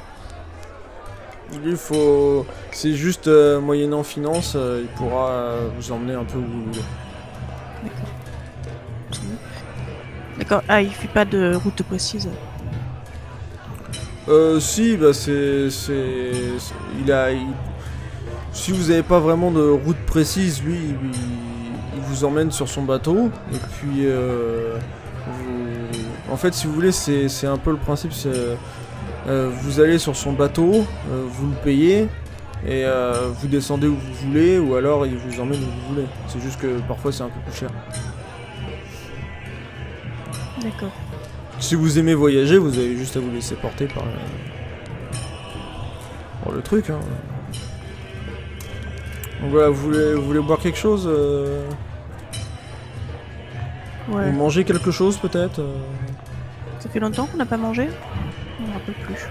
Lui, faut... c'est juste euh, moyennant finance, euh, il pourra euh, vous emmener un peu où vous voulez. D'accord. Ah, il fait pas de route précise. Euh, si, bah c'est... c'est... c'est- Il a... il- Si vous avez pas vraiment de route précise, lui, il, il vous emmène sur son bateau, et puis... Euh, vous... En fait, si vous voulez, c'est c'est un peu le principe, c'est... euh, vous allez sur son bateau, euh, vous le payez, et euh, vous descendez où vous voulez, ou alors il vous emmène où vous voulez. C'est juste que parfois c'est un peu plus cher. D'accord. Si vous aimez voyager, vous avez juste à vous laisser porter par le, par le truc. Hein. Donc voilà, vous voulez, vous voulez boire quelque chose euh, Ouais. Vous mangez quelque chose peut-être euh Ça fait longtemps qu'on n'a pas mangé? Je me rappelle plus.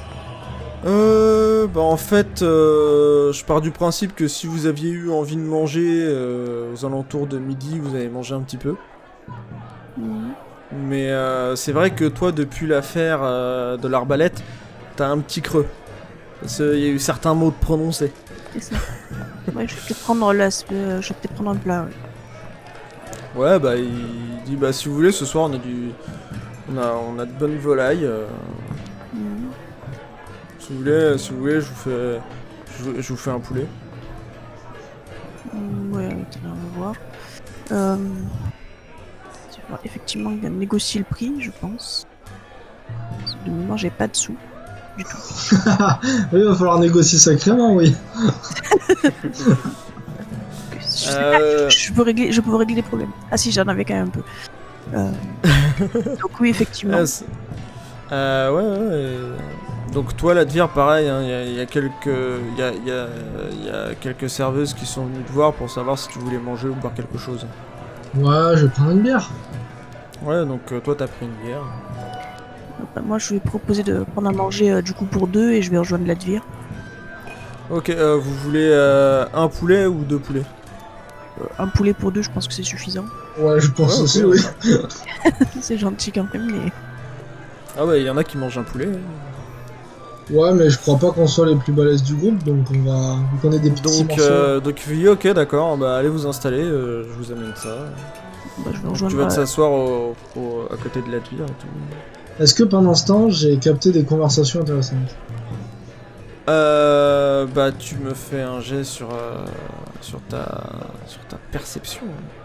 Euh, bah en fait, euh, je pars du principe que si vous aviez eu envie de manger euh, aux alentours de midi, vous avez mangé un petit peu. Mhm. Mais euh, c'est vrai que toi, depuis l'affaire euh, de l'arbalète, t'as un petit creux. Parce qu'il y a eu certains mots de prononcer. C'est ça. Ouais, je vais peut-être prendre, la... euh, je vais peut-être prendre un plat. Ouais. Ouais, bah il dit bah si vous voulez ce soir on a du, on a, on a de bonnes volailles. Euh... Mhm. Si vous voulez, si vous voulez, je vous fais, je, vous- je vous fais un poulet. Mm, Ouais, attends, on va voir. Euh... tu vois, Effectivement, il va négocier le prix, je pense. Parce que de mémoire, j'ai pas de sous. Du tout. Oui, il va falloir négocier sacrément, oui. Je, sais Euh, pas, je peux régler, je peux régler les problèmes. Ah si, j'en avais quand même un peu. Euh, Donc oui, effectivement. ah, c'est- euh, ouais, ouais, ouais. Donc toi, Ladvir, pareil, hein, il y, a- il y a quelques, il y a, il y a- il y a quelques serveuses qui sont venues te voir pour savoir si tu voulais manger ou boire quelque chose. Ouais, je vais prendre une bière. Ouais, donc euh, toi, t'as pris une bière. Donc, bah, moi, je vais proposer de prendre à manger euh, du coup pour deux et je vais rejoindre Ladvir. Ok, euh, vous voulez euh, un poulet ou deux poulets? Euh, un poulet pour deux, je pense que c'est suffisant. Ouais, je pense Ouais, ok, aussi, ouais. oui. C'est gentil quand même, mais Ah ouais, il y en a qui mangent un poulet. Ouais, mais je crois pas qu'on soit les plus balèzes du groupe, donc on va. Vu qu'on est des petits Donc, morceaux. euh, donc il dit, ok, d'accord, bah allez vous installer, euh, je vous amène ça. bah, je vais Donc, rejoindre. tu vas te euh, s'asseoir au, au- à côté de Ladvir et tout. Est-ce que pendant ce temps, j'ai capté des conversations intéressantes? Euh, bah tu me fais un jet sur, euh, sur, ta, sur ta perception.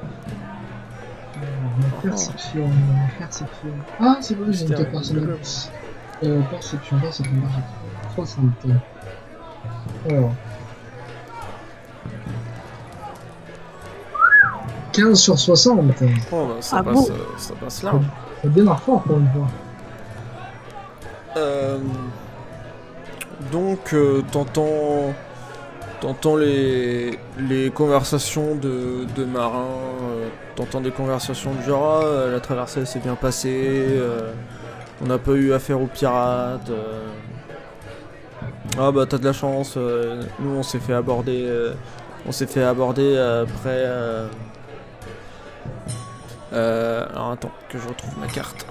Euh, Perception, perception. Ah, c'est vrai, j'ai une Mystère, quatre personnes de blablabla. plus. Euh, perception, perception, perception. soixante. Alors. quinze sur soixante. Oh bah ça, Ah passe, bon euh, ça passe large. Ça démarre fort pour une fois. Euh, donc euh, t'entends t'entends les, les conversations de, de marins, euh, t'entends des conversations du genre ah, la traversée s'est bien passée, euh, on n'a pas eu affaire aux pirates. euh, Ah bah t'as de la chance, euh, nous on s'est fait aborder, euh, on s'est fait aborder après. Euh, euh, alors attends que je retrouve ma carte.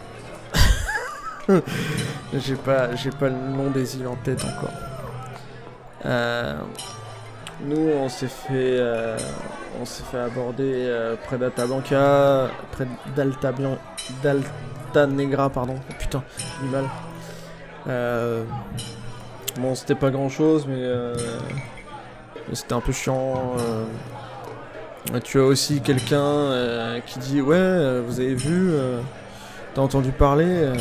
j'ai pas, j'ai pas le nom des îles en tête encore. Euh, nous on s'est fait, euh, on s'est fait aborder euh, près d'Altablanca, près d'Alta Blan- d'Alta Negra pardon. Oh, putain, j'ai du mal. Euh, Bon, c'était pas grand chose, mais, euh, mais c'était un peu chiant. euh. Et tu as aussi quelqu'un euh, qui dit ouais, euh, vous avez vu, euh, t'as entendu parler euh,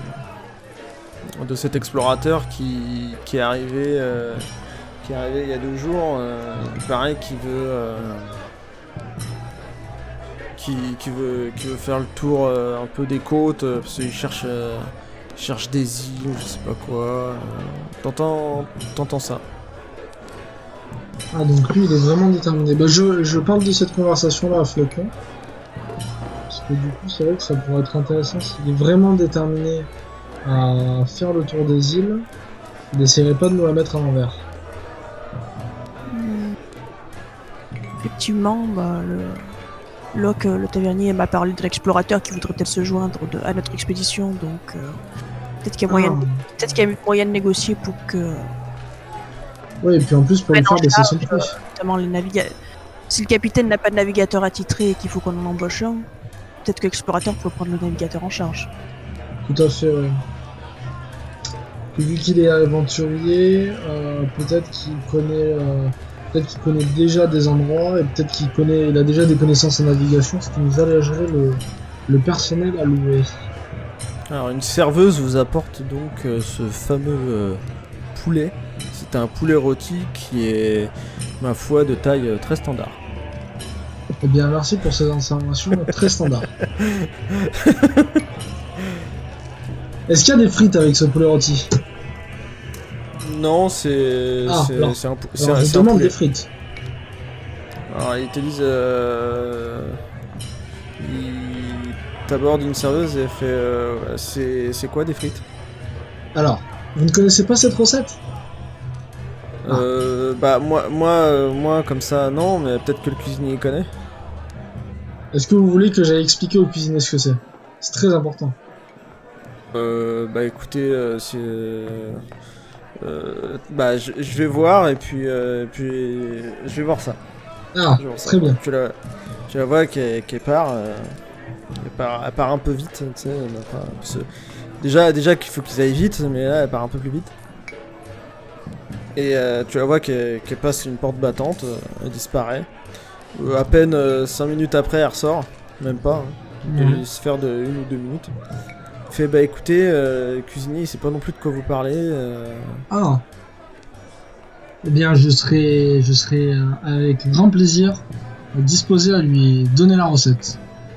de cet explorateur qui, qui est arrivé, euh, qui est arrivé il y a deux jours. euh, il paraît qu'il veut, euh, qui, qui veut, qui veut faire le tour euh, un peu des côtes euh, parce qu'il cherche. Euh, cherche des îles, je sais pas quoi. euh, T'entends, t'entends ça. Ah, donc lui, il est vraiment déterminé. Bah, je, je parle de cette conversation-là à Flocon. Parce que du coup, c'est vrai que ça pourrait être intéressant s'il est vraiment déterminé à faire le tour des îles. Il n'essaierait pas de nous la mettre à l'envers. Hmm. Effectivement, bah, le... Locke, euh, le tavernier, m'a parlé de l'explorateur qui voudrait peut-être se joindre de- à notre expédition, donc euh, peut-être qu'il y a moyen, de... Ah. peut-être qu'il y a moyen de négocier pour que, Oui, et puis en plus, pour Mais lui faire non, des ça, sessions de prix. notamment les navigateurs. Si le capitaine n'a pas de navigateur attitré et qu'il faut qu'on en embauche un, peut-être que l'explorateur peut prendre le navigateur en charge. Tout à fait, ouais. Puis vu qu'il est aventurier, euh, peut-être qu'il connaît, euh, peut-être qu'il connaît déjà des endroits et peut-être qu'il connaît, il a déjà des connaissances en navigation, ce qui nous allégerait le, le personnel à louer. Alors une serveuse vous apporte donc euh, ce fameux euh, poulet. C'est un poulet rôti qui est, ma foi, de taille euh, très standard. Eh bien, merci pour ces informations très standards. Est-ce qu'il y a des frites avec ce poulet rôti? Non, c'est Ah, c'est alors- c'est un, pou- c'est Alors, un, je c'est un demande poulet. des frites. Alors ils te disent, euh, ils t'abordent une serveuse et elle fait, euh, c'est c'est quoi des frites? Alors, vous ne connaissez pas cette recette? Ah. Euh, bah moi moi euh, moi comme ça non, mais peut-être que le cuisinier connaît. Est-ce que vous voulez que j'aille expliquer au cuisinier ce que c'est? C'est très important. Euh, bah écoutez, euh, c'est, euh, euh, bah je, je vais voir et puis euh, puis je vais voir ça. Ah, Je vais voir ça. très bien. Tu la, tu la vois qu'elle, qu'elle part, euh, elle part, elle part un peu vite, tu sais, elle n'a pas- parce que déjà, déjà qu'il faut qu'ils aillent vite, mais là elle part un peu plus vite. Et euh, tu la vois qu'elle, qu'elle passe une porte battante, euh, elle disparaît. Euh, à peine cinq minutes après, elle ressort, même pas, hein. Elle Mhm. doit se faire de une ou deux minutes. Elle fait bah écoutez, euh, cuisinier, il sait pas non plus de quoi vous parlez. Euh... Ah. Eh bien, je serai, je serai euh, avec grand plaisir disposé à lui donner la recette.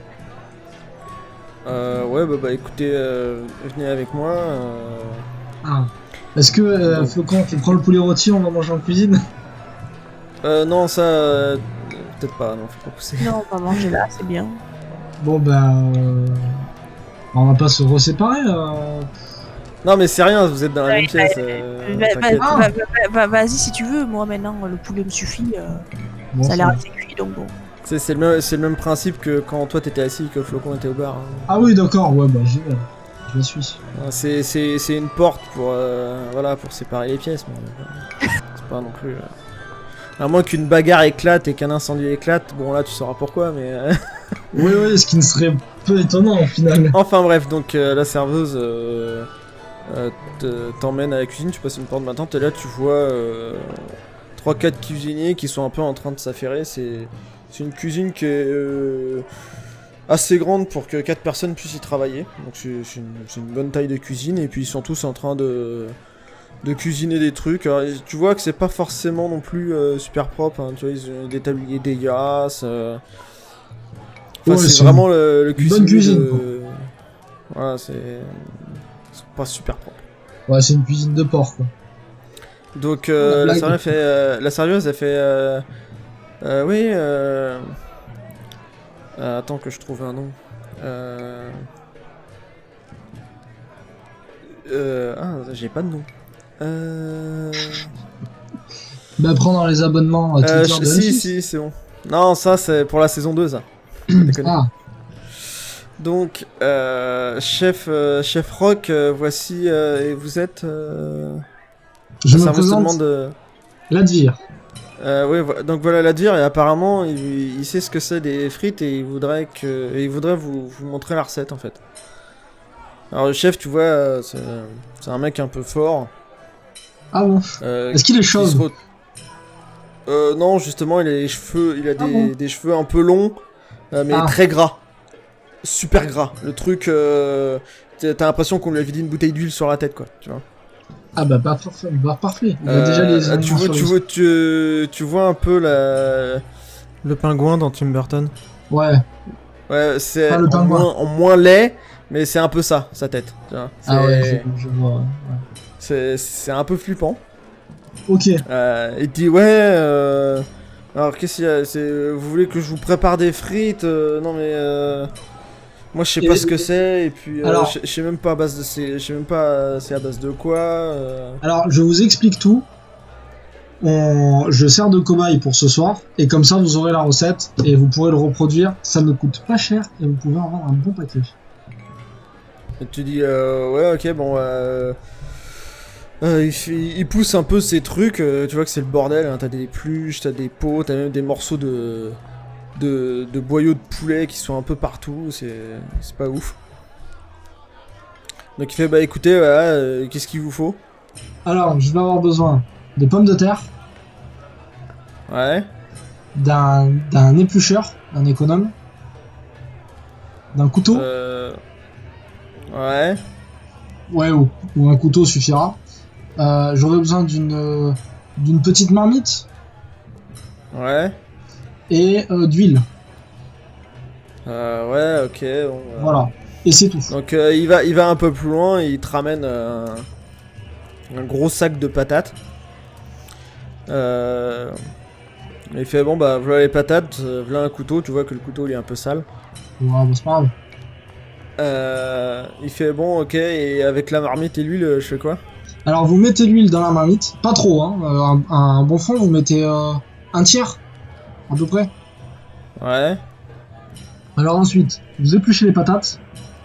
Euh, ouais, bah, bah écoutez, euh, venez avec moi. Euh... Ah. Est-ce que, euh, Bon. Flocon, tu prends le poulet rôti, on va manger en cuisine? Euh, non, ça, euh, peut-être pas, non, faut pas pousser. Non, on va manger là, c'est bien. Bon, ben, euh, on va pas se reséparer. Euh... Non, mais c'est rien, vous êtes dans la Ouais, même pièce. Euh, Va- va- t'inquiète. Ah. va- va- va- Vas-y si tu veux, moi maintenant le poulet me suffit. euh, Bon, ça a ça l'air va. assez cuit donc bon. C'est, c'est, le même, c'est le même principe que quand toi t'étais assis et que Flocon était au bar. Hein. Ah oui, d'accord, ouais, bah, j'y vais. Je la suis. C'est, c'est, c'est une porte pour, euh, voilà, pour séparer les pièces, mais euh, c'est pas non plus. Euh... À moins qu'une bagarre éclate et qu'un incendie éclate, bon là tu sauras pourquoi, mais. Euh... Oui, oui, ce qui ne serait peu étonnant au final. Enfin bref, donc euh, la serveuse euh, euh, te- t'emmène à la cuisine, tu passes une porte battante et là tu vois trois quatre cuisiniers qui sont un peu en train de s'affairer. C'est, c'est une cuisine qui est euh, assez grande pour que quatre personnes puissent y travailler. Donc c'est, c'est, une, c'est une bonne taille de cuisine et puis ils sont tous en train de, de cuisiner des trucs. Alors, tu vois que c'est pas forcément non plus euh, super propre, hein, tu vois, ils ont des tabliers dégueulasses. Euh... Enfin, Ouais, c'est c'est vraiment le, le une cuisinier bonne cuisine, de- quoi. Voilà, c'est... c'est pas super propre. Ouais, c'est une cuisine de porc, quoi. Donc, euh, La la, blague. serveuse fait, euh, la serveuse, elle fait... Euh, euh, oui, euh... euh, attends que je trouve un nom. Euh... Euh... Ah, j'ai pas de nom. Euh... Bah, prends dans les abonnements à Twitter euh de je- N si, six. si, c'est bon. Non, ça, c'est pour la saison deux, ça. Je déconne. Ah, Donc, euh, chef, euh, chef Rock, euh, voici, euh, et vous êtes... Euh... je la me serveuse te présente, demande de... Ladvir. Euh, oui, vo- donc voilà l'Advir, et apparemment il, il sait ce que c'est des frites et il voudrait que, et il voudrait vous, vous montrer la recette en fait. Alors le chef, tu vois, euh, c'est, c'est un mec un peu fort. Ah bon. Euh, Est-ce qu'il est qui se chauve? re- Euh, non, justement, il a les cheveux, il a des, Ah bon des cheveux un peu longs, euh, mais Ah. très gras, super gras. Le truc, euh, t'as t'as l'impression qu'on lui a vidé une bouteille d'huile sur la tête, quoi. Tu vois. Ah bah, bah, parfait. Bah, parfait. Il a Euh, déjà les ah, tu éléments vois, sur tu le- vois, tu, tu vois un peu la, le pingouin dans Tim Burton. Ouais. Ouais, c'est Ah, le en, pingouin. moins, en moins laid, mais c'est un peu ça, sa tête. Tu vois. C'est, Ah ouais, je, je vois. Ouais. c'est, c'est un peu flippant. Ok. Euh, il dit ouais. Euh, alors qu'est-ce qu'il y a c'est, vous voulez que je vous prépare des frites euh, Non mais euh, moi je sais Et- pas ce que c'est et puis euh, Alors- je je sais même pas à base de c'est, je sais même pas euh, c'est à base de quoi. euh. Alors, je vous explique tout. On... Je sers de cobaye pour ce soir, et comme ça, vous aurez la recette, et vous pourrez le reproduire. Ça ne coûte pas cher, et vous pouvez en vendre un bon paquet. Et tu dis euh, ouais ok bon. Euh, euh, il, fait- il pousse un peu ces trucs, euh, tu vois que c'est le bordel, hein, t'as des pluches, t'as des pots, t'as même des morceaux de, de, de boyaux de poulet qui sont un peu partout, c'est, c'est pas ouf. Donc il fait bah écoutez, voilà, euh, qu'est-ce qu'il vous faut? Alors, je vais avoir besoin de pommes de terre, Ouais, d'un d'un éplucheur, d'un économe, d'un couteau, euh... Ouais, ouais, ou, ou un couteau suffira. Euh, J'aurai besoin d'une euh, d'une petite marmite ouais, et euh, d'huile. euh, ouais, ok, bon, euh. Voilà. Et c'est tout. Donc euh, il, va, il va un peu plus loin, il te ramène euh, un, un gros sac de patates. Euh... Il fait bon bah voilà les patates, euh, voilà un couteau, tu vois que le couteau il est un peu sale. Ouais, bah, c'est pas grave. Euh, il fait bon ok, et avec la marmite et l'huile je fais quoi? Alors, vous mettez l'huile dans la marmite, pas trop, hein. euh, un, un bon fond, vous mettez euh, un tiers, à peu près. Ouais, Alors ensuite, vous épluchez les patates.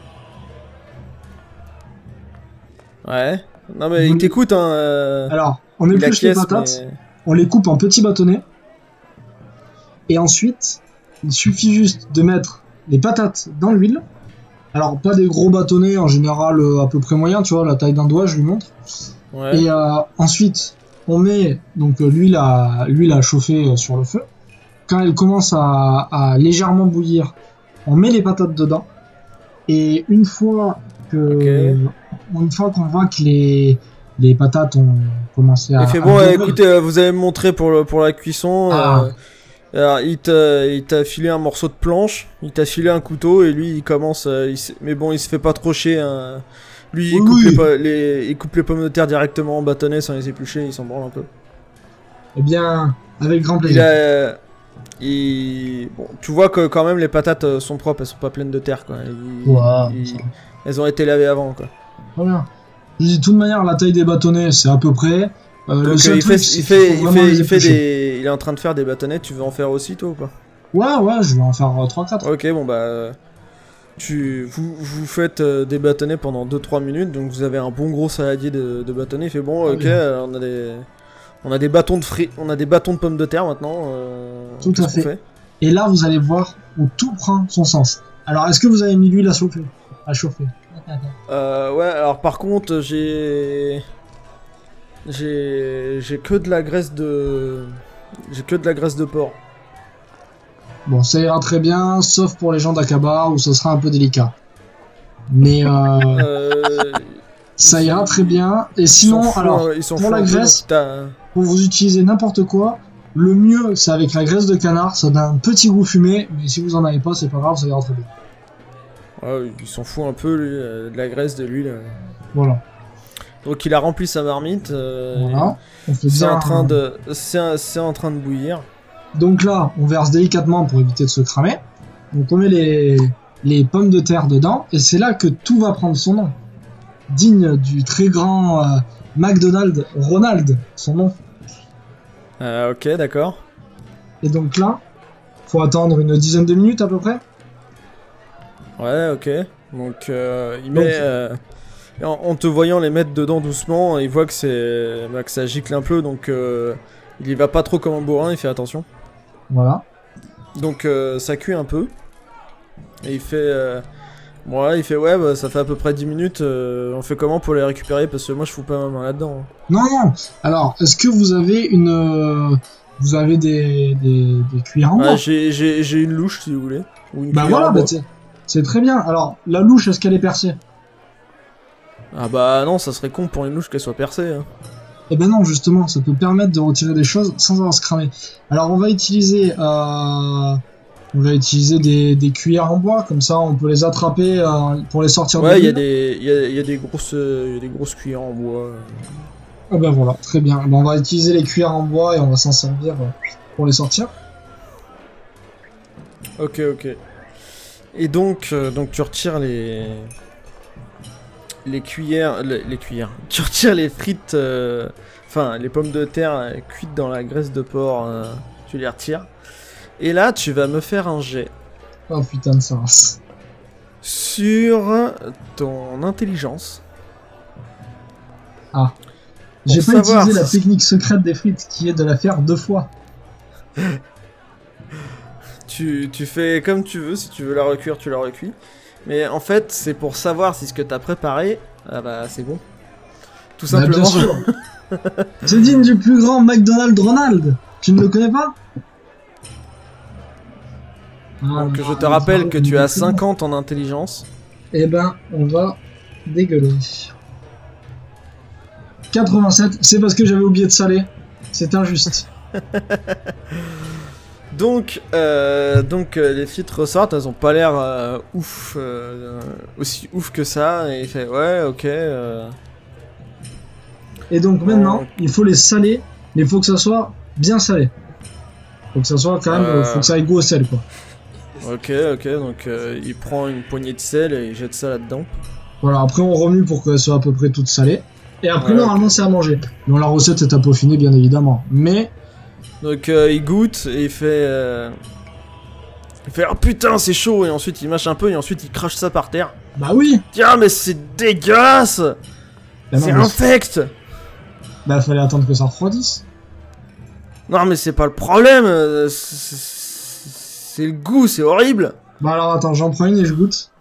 ouais. Non mais il Vous- t'écoute hein. Euh... Alors, on il épluche les acquiesce, patates, mais- on les coupe en petits bâtonnets. Et ensuite, il suffit juste de mettre les patates dans l'huile. Alors, pas des gros bâtonnets, en général euh, à peu près moyen, tu vois, la taille d'un doigt, je lui montre. Ouais. Et euh, ensuite, on met donc euh, l'huile à, l'huile à chauffer euh, sur le feu. Quand elle commence à, à légèrement bouillir, on met les patates dedans. Et une fois que, Ok. une fois qu'on voit que les, les patates ont commencé à... Il fait à bon, euh, dorer- écoutez, euh, vous avez montré pour, le, pour la cuisson. Ah. euh, alors, il t'a, il t'a filé un morceau de planche, il t'a filé un couteau et lui il commence. euh, il s- mais bon, il se fait pas trop chier. Hein. Lui, il, Oui, coupe oui. Les, po- les, il coupe les pommes de terre directement en bâtonnets sans les éplucher, il s'en branle un peu. Eh bien, avec grand Il plaisir. a. Il... Bon, tu vois que quand même les patates euh, sont propres, elles sont pas pleines de terre quoi. Il- Ouais, il- ça va. Elles ont été lavées avant quoi. Très bien. Je dis, de toute manière, la taille des bâtonnets, c'est à peu près. Euh, le Donc seul euh, il truc, fait, c'est il qu'il fait, faut il vraiment fait, les il fait éplucher. des, il est en train de faire des bâtonnets. Tu veux en faire aussi toi ou pas? Ouais, ouais, je vais en faire euh, trois quatre. Ok, bon bah, euh, tu, vous, vous faites euh, des bâtonnets pendant deux trois minutes, donc vous avez un bon gros saladier de, de bâtonnets. Il fait bon, Ah ok, oui. euh, on a des, on a des bâtons de fri, on a des bâtons de pommes de terre maintenant. Euh, Tout qu'est-ce à fait. qu'on fait Et là, vous allez voir où tout prend son sens. Alors, est-ce que vous avez mis l'huile à chauffer? À chauffer. Euh, ouais, alors par contre, j'ai, j'ai, j'ai que de la graisse de, j'ai que de la graisse de porc. Bon, ça ira très bien, sauf pour les gens d'Akaba où ce sera un peu délicat. Mais euh, Euh, ça ira très bien. Et ils s'en sinon, foutent, alors, euh, ils s'en pour foutent la un peu, graisse, donc t'as- pour vous utiliser n'importe quoi, le mieux, c'est avec la graisse de canard. Ça donne un petit goût fumé, mais si vous en avez pas, c'est pas grave, ça ira très bien. Ouais, il s'en fout un peu lui, euh, de la graisse, de l'huile. euh. Voilà. Donc il a rempli sa marmite. euh, Voilà. On fait C'est bien. en train de, c'est, un- c'est en train de bouillir. Donc là, on verse délicatement pour éviter de se cramer. Donc on met les, les pommes de terre dedans, et c'est là que tout va prendre son nom. Digne du très grand euh, McDonald Ronald, son nom. Euh, ok, d'accord. Et donc là, faut attendre une dizaine de minutes à peu près. Ouais, ok. Donc euh, il Donc- met, euh, en, en te voyant les mettre dedans doucement, il voit que c'est, bah, que ça gicle un peu, donc euh, il y va pas trop comme un bourrin, il fait attention. Voilà. Donc euh, ça cuit un peu. Et il fait, euh, bon, ouais, il fait ouais, bah, ça fait à peu près dix minutes. euh, on fait comment pour les récupérer parce que moi je fous pas ma main là-dedans. hein. Non, non. Alors, est-ce que vous avez une, euh, vous avez des, des, des cuillères en bois? Ouais, j'ai, j'ai, j'ai une louche si vous voulez. Ou une Bah cuillère voilà, en bah bois. c'est c'est très bien. Alors, la louche, est-ce qu'elle est percée? Ah bah non, ça serait con pour une louche qu'elle soit percée. Hein. Eh ben non, justement, ça peut permettre de retirer des choses sans avoir à se cramer. Alors, on va utiliser, euh, on va utiliser des, des cuillères en bois, comme ça, on peut les attraper euh, pour les sortir de Ouais, il y a l'huile. des, il y a, il y a des grosses, euh, il y a des grosses cuillères en bois. euh. Ah ben voilà, très bien. Ben, on va utiliser les cuillères en bois et on va s'en servir euh, pour les sortir. Ok, ok. Et donc, euh, donc tu retires les, les cuillères, les, les cuillères. Tu retires les frites, euh, enfin les pommes de terre euh, cuites dans la graisse de porc. euh, tu les retires. Et là, tu vas me faire un jet Oh putain de ça. sur ton intelligence. J'ai Pour pas savoir utilisé la si- technique secrète des frites, qui est de la faire deux fois. Tu, tu fais comme tu veux, si tu veux la recuire, tu la recuis. Mais en fait, c'est pour savoir si ce que t'as préparé, ah bah c'est bon. Tout Bah, simplement. bien sûr. C'est digne du plus grand McDonald Ronald. Tu ne le connais pas? Ah, Donc je non, te rappelle que tu as c'est bon. cinquante en intelligence. Eh ben, on va dégueuler. quatre-vingt-sept, c'est parce que j'avais oublié de saler. C'est injuste. Donc, euh, donc euh, les frites ressortent, elles ont pas l'air euh, ouf, euh, aussi ouf que ça. Et il fait ouais, ok. euh, Et donc maintenant, Oh. il faut les saler, mais il faut que ça soit bien salé. Faut que ça soit quand même, Euh. faut que ça ait goût au sel, quoi. Ok, ok. Donc euh, il prend une poignée de sel et il jette ça là-dedans. Voilà, après on remue pour qu'elle soit à peu près toute salée. Et après, Ouais, normalement, c'est à manger. Donc la recette est à peaufiner, bien évidemment. Mais, Donc euh, il goûte et il fait, euh, il fait oh putain c'est chaud et ensuite il mâche un peu et ensuite il crache ça par terre. bah oui! Tiens mais c'est dégueulasse, Bah non, c'est mais- infect. Bah fallait attendre que ça refroidisse. Non mais c'est pas le problème. euh, c'est- c'est le goût, c'est horrible. Bah alors attends, j'en prends une et je goûte.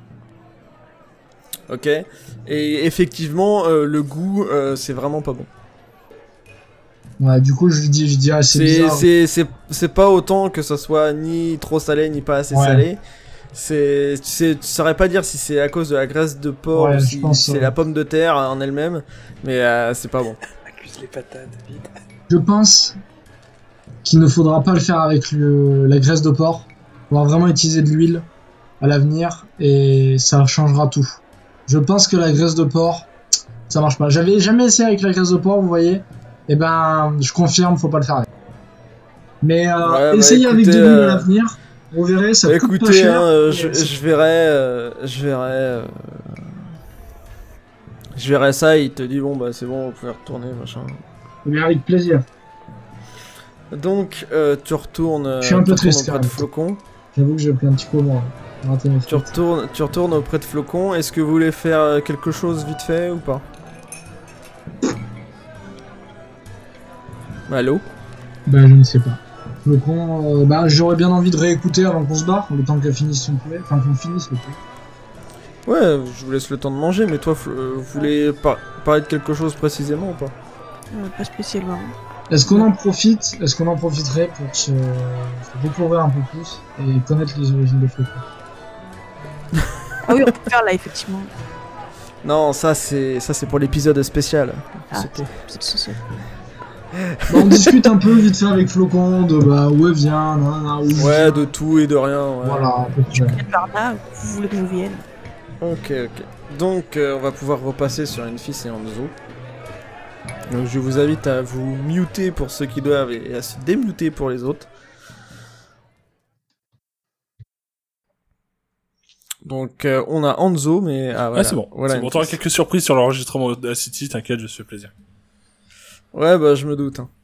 Ok. Et effectivement, euh, le goût, euh, c'est vraiment pas bon. Ouais, du coup, je lui dis, je dis, ah, c'est C'est, bizarre. c'est, c'est, c'est pas autant que ça soit ni trop salé, ni pas assez Ouais. salé. C'est, tu sais, tu saurais pas dire si c'est à cause de la graisse de porc Ouais, ou je si pense, c'est ouais. la pomme de terre en elle-même, mais euh, c'est pas bon. Accuse les patates, vite. Je pense qu'il ne faudra pas le faire avec le, la graisse de porc. On va vraiment utiliser de l'huile à l'avenir et ça changera tout. Je pense que la graisse de porc, ça marche pas. J'avais jamais essayé avec la graisse de porc, vous voyez. Et ben, je confirme, faut pas le faire avec. Mais euh, Ouais, bah, essayez avec de écoutez, l'huile euh, à l'avenir. Vous verrez, ça Bah, coûte pas écoutez, cher. hein, euh, et je, c'est- je verrai, euh, je verrai, euh, je verrai ça. Il te dit bon bah c'est bon, vous pouvez retourner machin. Mais avec plaisir. Donc euh, tu retournes, euh, Je suis un peu tu retournes triste, auprès quand de même. Flocon. J'avoue que j'ai pris un petit peu moins. J'ai raté mes Tu frites. retournes, tu retournes auprès de Flocon. Est-ce que vous voulez faire euh, quelque chose vite fait ou pas? Allô? Bah, je ne sais pas. Le con, euh, bah, j'aurais bien envie de réécouter avant qu'on se barre, le temps qu'elle finisse son poulet. Enfin, qu'on finisse le poulet. Ouais, je vous laisse le temps de manger, mais toi, Flo- euh, vous voulez par- parler de quelque chose précisément ou pas? Euh, pas spécialement. Est-ce qu'on en profite, est-ce qu'on en profiterait pour se, se découvrir un peu plus et connaître les origines de Flocon? Ah oui, on peut faire là, effectivement. Non, ça c'est ça c'est pour l'épisode spécial. Ah, C'était- c'est c'est- c'est- Bah, on discute un peu vite fait avec Flocon de bah, où elle vient, nanana, où il Ouais, vient. de tout et de rien. Ouais. Voilà, à peu près. Viens par là, vous voulez que je vienne. Ok, ok. Donc, euh, on va pouvoir repasser sur Enfis et Hanzo. Donc, je vous invite à vous muter pour ceux qui doivent et à se démuter pour les autres. Donc, euh, on a Hanzo, mais ah, voilà. Ah, c'est bon. Voilà, c'est bon, t'auras Enfis. quelques surprises sur l'enregistrement de la City, t'inquiète, je te fais plaisir. Ouais, bah, je me doute. Hein.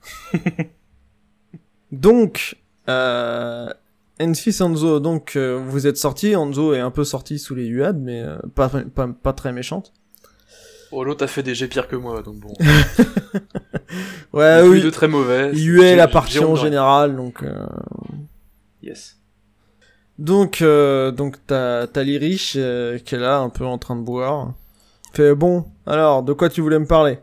Donc, euh, Enfis Hanzo, donc, euh, vous êtes sortis. Hanzo est un peu sorti sous les huades, mais euh, pas, pas, pas très méchante. Oh, l'autre a fait des jets pires que moi, donc bon. Ouais, Tous les oui. deux très mauvais. Il huait J'ai- la j'ai partie honte en de rien. général, donc... Euh... Yes. Donc, euh, donc t'as, t'as l'Irish euh, qui est là, un peu en train de boire. Fait, bon, alors, de quoi tu voulais me parler?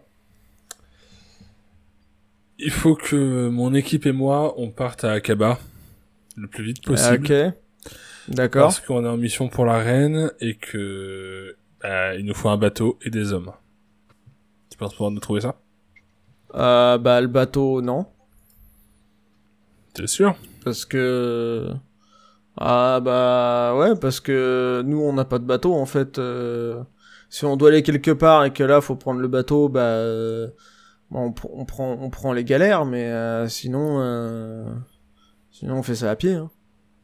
Il faut que mon équipe et moi, on parte à Akaba le plus vite possible. Ah, ok. D'accord. Parce qu'on est en mission pour la reine et que bah, il nous faut un bateau et des hommes. Tu penses pouvoir nous trouver ça? Euh, bah, le bateau, non. T'es sûr? Parce que... Ah, bah, ouais, parce que nous, on n'a pas de bateau, en fait. Euh... Si on doit aller quelque part et que là, faut prendre le bateau, bah... euh, bon, on, pr- on, prend, on prend les galères, mais euh, sinon... Euh... Sinon, on fait ça à pied, hein.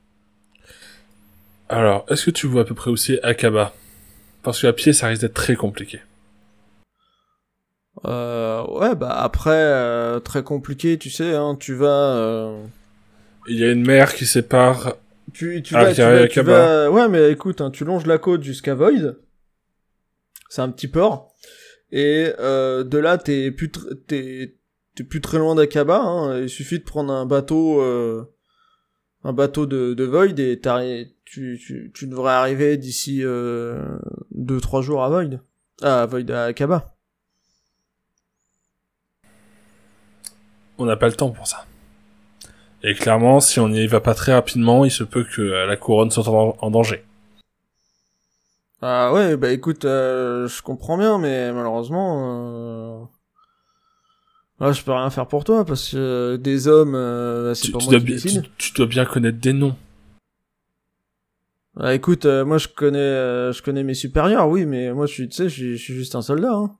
Alors, est-ce que tu vois à peu près où c'est Akaba? Parce qu'à pied, ça risque d'être très compliqué. Euh, ouais, bah après, euh, très compliqué, tu sais, hein, tu vas... Euh... Il y a une mer qui sépare... Tu, tu Ah, vas, tu carré, vas, tu Akaba. vas... Ouais, mais écoute, hein, tu longes la côte jusqu'à Void. C'est un petit port. Et euh, de là, t'es plus, tr- t'es, t'es plus très loin d'Akaba. Hein. Il suffit de prendre un bateau, euh, un bateau de, de Void et t'arri- tu, tu, tu devrais arriver d'ici euh, deux trois jours à Void. Ah, à Void, à Akaba. On n'a pas le temps pour ça. Et clairement, si on n'y va pas très rapidement, il se peut que euh, la couronne soit en, en danger. Ah ouais, bah écoute, euh, je comprends bien, mais malheureusement, euh... là je peux rien faire pour toi parce que euh, des hommes, euh, c'est Tu, pas tu moi dois qui bien, décide. tu, tu dois bien connaître des noms. Ah écoute, euh, moi je connais, euh, je connais mes supérieurs, oui, mais moi je suis, tu sais, je suis, je suis juste un soldat. Hein.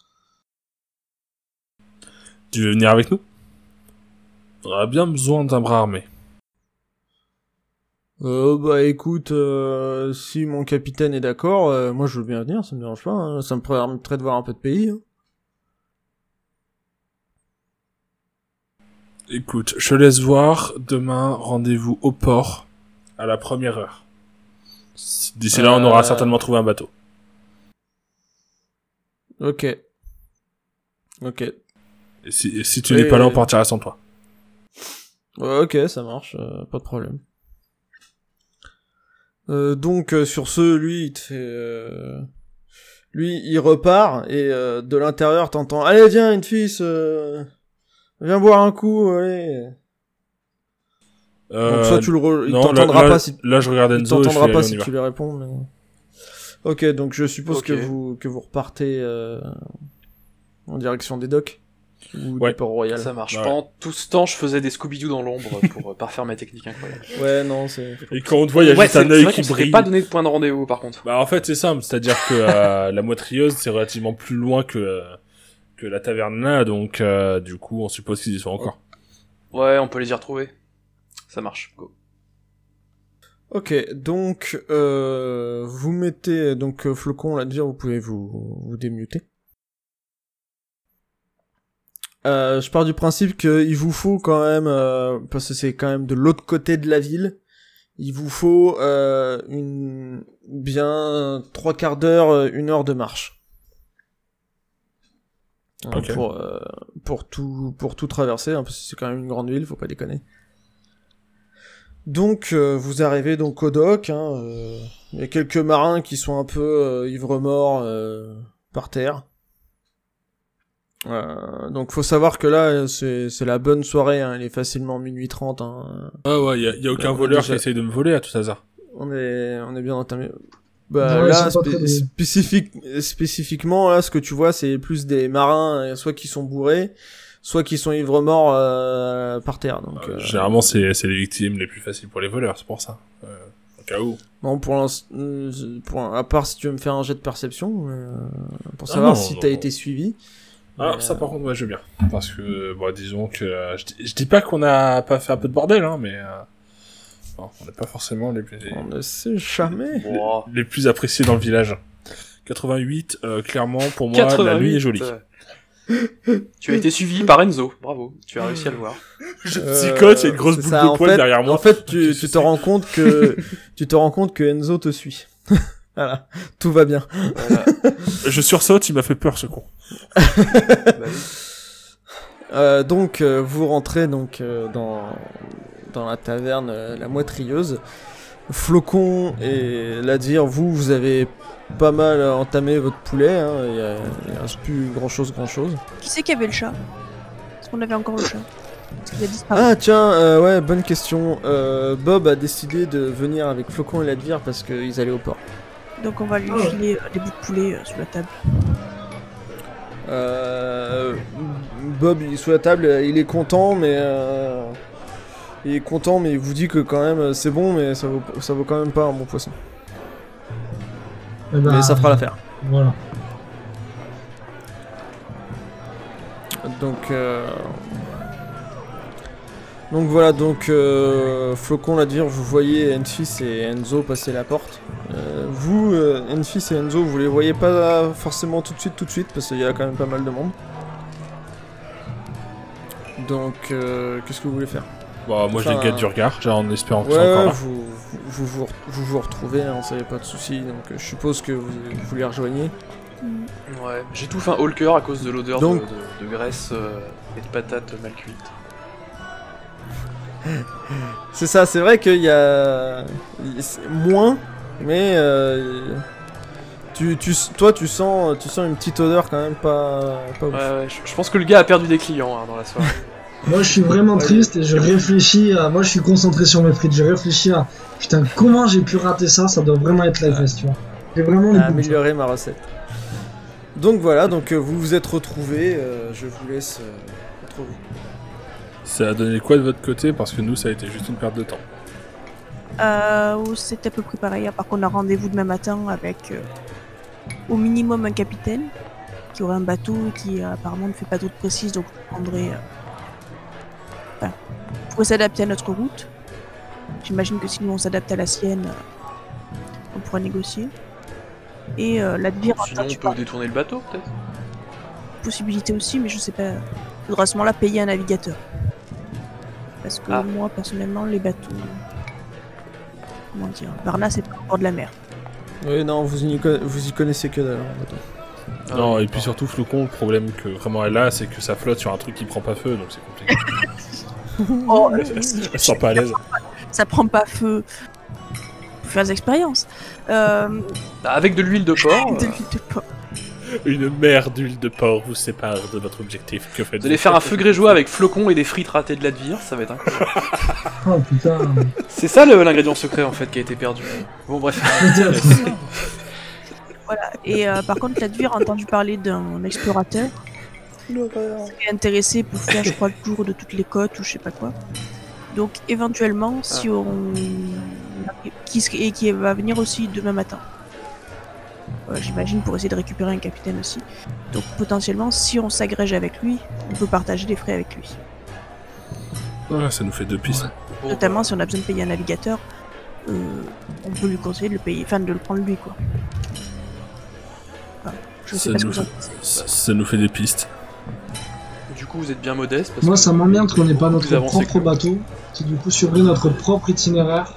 Tu veux venir avec nous? On aura bien besoin d'un bras armé. Euh, bah écoute, euh, si mon capitaine est d'accord, euh, moi je veux bien venir, ça me dérange pas. Hein. Ça me permettrait de voir un peu de pays. Hein. Écoute, je te laisse voir. Demain, rendez-vous au port à la première heure. D'ici là, on aura Euh, certainement trouvé un bateau. Ok. Ok. Et si, et si tu Et- n'es pas là, on partira sans toi. Ouais, ok, ça marche, euh, pas de problème. Euh, donc euh, sur ce, lui, il te fait... Euh... Lui, il repart, et euh, de l'intérieur, t'entends « Allez, viens, une fils, euh... viens boire un coup, allez !» Euh, Donc soit tu le... Re... Il non, t'entendra là, pas là, si... Là, je regarde Il Enzo et je t'entendra fais, pas allez, on si y va. tu lui réponds, mais... Ok, donc je suppose Ok. que vous que vous repartez euh, en direction des docks ou Ouais. du Port-Royal. Ça marche. Ouais. Pendant tout ce temps, je faisais des Scooby-Doo dans l'ombre pour euh, parfaire ma technique incroyable. Ouais, non, c'est... Et quand on te voit, il y a Ouais, juste c'est un c'est œil vrai qui qu'on s'était brille. pas donné de point de rendez-vous, par contre. Bah en fait c'est simple, c'est-à-dire que euh, la moitrieuse c'est relativement plus loin que euh, que la taverne là, donc euh, du coup on suppose qu'ils y sont encore. Ouais, on peut les y retrouver. Ça marche. Go. Ok, donc euh, vous mettez donc euh, Flocon là dire vous pouvez vous vous démuter. Euh, je pars du principe que il vous faut quand même euh, parce que c'est quand même de l'autre côté de la ville. Il vous faut euh, une bien trois quarts d'heure, une heure de marche. Hein, Ok. Pour euh, pour tout pour tout traverser, hein, parce que c'est quand même une grande ville, faut pas déconner. Donc euh, vous arrivez donc au dock. Hein, euh, il y a quelques marins qui sont un peu euh, ivres-morts euh, par terre. Euh, donc faut savoir que là c'est c'est la bonne soirée. Hein, il est facilement minuit trente. Hein. Ouais ouais, y a, y a aucun Ouais, voleur déjà- qui essaye de me voler à tout hasard. On est, on est bien entamé. Bah Ouais, ils là, sont pas spé- très doués. spécifique, spécifiquement, là, ce que tu vois, c'est plus des marins, euh, soit qui sont bourrés, soit qui sont ivres-morts euh, par terre. Donc, Euh, euh, Généralement c'est c'est les victimes les plus faciles pour les voleurs, c'est pour ça. Euh, au cas où. non, pour l'instant, euh, pour à part si tu veux me faire un jet de perception, euh, pour Ah savoir non, si non, t'as non. été suivi. Ah Mais, ça par contre ouais je veux bien. Parce que bon disons que euh, je, dis- je dis pas qu'on a pas fait un peu de bordel hein, mais euh, bon, on n'est pas forcément les plus On ne sait jamais. Wow. les plus appréciés dans le village. quatre-vingt-huit, euh, clairement, pour moi, la nuit est jolie. euh, Tu as été suivi par Enzo. Bravo. Tu as réussi à le voir. Je Euh, psychote, il y a une grosse c'est boule ça, de en poil fait- derrière moi. En fait, tu, Qu'est-ce tu que te rends compte que tu te rends compte que Enzo te suit. Voilà, tout va bien. Voilà. c'est- Je sursaute, il m'a fait peur, ce con. Bah oui. Euh, donc euh, vous rentrez donc euh, dans dans la taverne euh, la Moitrieuse. Flocon et Ladvir, vous vous avez pas mal entamé votre poulet. Hein, il, y a, il reste plus grand chose grand chose. Qui c'est qui avait le chat Est-ce qu'on avait encore le chat Parce qu'il a disparu. Ah tiens, euh, ouais, bonne question. Euh, Bob a décidé de venir avec Flocon et Ladvir parce qu'ils allaient au port. Donc on va lui Ah. filer euh, des bouts de poulet euh, sous la table. Euh, Bob il est sous la table, il est content, mais euh, il est content, mais il vous dit que quand même c'est bon, mais ça vaut ça vaut quand même pas un bon poisson. Eh ben, Mais ça fera l'affaire. Voilà. Donc euh... donc voilà, donc euh, Flocon l'a dire, vous voyez Enfis et Enzo passer la porte. Euh, vous, euh, Enfis et Enzo, vous les voyez pas forcément tout de suite, tout de suite, parce qu'il y a quand même pas mal de monde. Donc euh, qu'est-ce que vous voulez faire? Bon, moi, je les Enfin, guette du regard, genre, en espérant qu'ils Ouais, sont encore ouais, là. vous, vous, vous, vous vous retrouvez, hein, ça y a pas de souci. Donc euh, je suppose que vous, vous les rejoignez. Mm. Ouais. J'étouffe un haut le cœur à cause de l'odeur de, Donc- de, de graisse euh, et de patates mal cuites. C'est ça, c'est vrai qu'il y a c'est moins, mais euh, tu, tu, toi tu sens, tu sens une petite odeur quand même pas, pas ouf. Ouais, ouais. Je, je pense que le gars a perdu des clients hein, dans la soirée. Moi, je suis vraiment triste et je réfléchis à. Moi, je suis concentré sur mes frites. Je réfléchis à. Putain, comment j'ai pu rater ça? Ça doit vraiment être la fesse, tu vois. J'ai vraiment les À boules. améliorer ma recette. Donc voilà, donc euh, vous vous êtes retrouvés. euh, je vous laisse euh, entre vous. Ça a donné quoi de votre côté? Parce que nous, ça a été juste une perte de temps. Euh, c'est à peu près pareil, à part qu'on a rendez-vous demain matin avec euh, au minimum un capitaine qui aurait un bateau et qui euh, apparemment ne fait pas d'autres précises, donc on prendrait. Euh... Enfin, on pourrait s'adapter à notre route. J'imagine que si nous on s'adapte à la sienne, euh, on pourra négocier. Et euh, l'Advir, Sinon, on peut détourner le bateau, peut-être. possibilité aussi, mais je sais pas. Faudra à ce moment-là payer un navigateur. Parce que Ah. moi, personnellement, les bateaux. Comment dire, Varna, c'est pas au bord de la mer. Oui, non, vous y, co- vous y connaissez que dalle. en fait. Ah, non, ouais, et puis surtout, Flocon, le problème que vraiment elle a, c'est que ça flotte sur un truc qui prend pas feu, donc c'est compliqué. Oh, Elle se sent pas à l'aise. ça prend pas feu. faire des expériences. Euh, Avec de l'huile de porc, de euh, l'huile de porc. Une mer d'huile de porc vous sépare de votre objectif. Que faites-vous? vous allez faire un feu grégeois avec flocons et des frites ratées de l'advire, ça va être incroyable. Oh putain. C'est ça le- l'ingrédient secret en fait qui a été perdu. Bon bref. Peut-être. Voilà. Et euh, par contre, l'Advir a entendu parler d'un explorateur qui est intéressé pour faire, je crois, le tour de toutes les côtes ou je sais pas quoi. Donc, éventuellement, si on. Qui, se- et qui va venir aussi demain matin. Voilà, j'imagine pour essayer de récupérer un capitaine aussi. Donc, potentiellement, si on s'agrège avec lui, on peut partager les frais avec lui. Ouais, ça nous fait deux pistes. Bon, Notamment si on a besoin de payer un navigateur, euh, on peut lui conseiller de le payer, enfin de le prendre lui quoi. Voilà. Je sais Ça pas ce que nous vous en fait- pensez. Ça, ça nous fait des pistes. Du coup, vous êtes bien modeste. Parce Moi, que ça m'emmerde qu'on n'ait pas vous notre avancez propre que- bateau, qui du coup surveille notre propre itinéraire.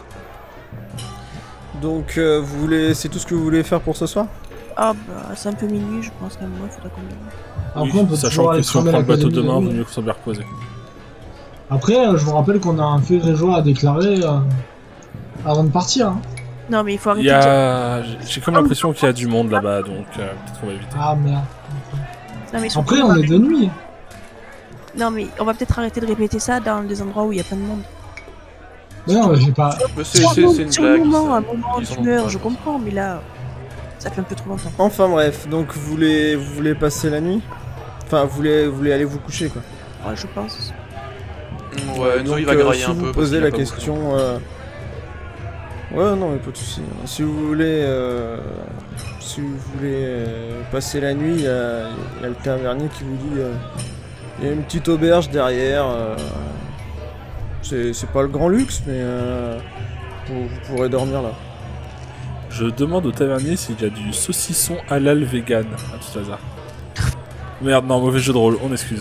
Donc, euh, vous voulez, c'est tout ce que vous voulez faire pour ce soir? Ah bah c'est un peu minuit, je pense même moi, faudra qu'on y aille. Après, on peut Sachant toujours que aller si on cramer prend le bateau l'académie de demain, vaut nuit. mieux qu'on s'en bien reposer. Après, euh, je vous rappelle qu'on a un feu grégeois à déclarer euh, avant de partir. Hein. Non mais il faut Il arrêter y de dire- a... J'ai j'ai comme l'impression qu'il y a du monde là-bas, donc euh, peut-être qu'on va éviter. Ah merde. Non, mais ils sont Après, tous on est pareils. de nuit. Non mais on va peut-être arrêter de répéter ça dans des endroits où il y a plein de monde. Non, j'ai pas. Mais c'est Sur c'est- un c'est une sur un blague. moment, ça. un moment Ils en ont d'humeur, pas, je comprends, mais là, ça fait un peu trop longtemps. Enfin bref, donc vous voulez, vous voulez passer la nuit? Enfin, vous voulez, vous voulez aller vous coucher quoi. Ouais, je pense. Ouais, nous Donc, il va euh, grailler si un vous peu. parce posez qu'il a la pas beaucoup. question, euh... ouais, non, mais pas de souci. Si vous voulez, euh... si vous voulez euh, passer la nuit, il y, a il y a le tavernier qui vous dit, euh, il y a une petite auberge derrière. euh, C'est c'est pas le grand luxe, mais euh, vous, vous pourrez dormir là. Je demande au tavernier s'il y a du saucisson halal vegan, à tout hasard. Merde, non, mauvais jeu de rôle, on excuse.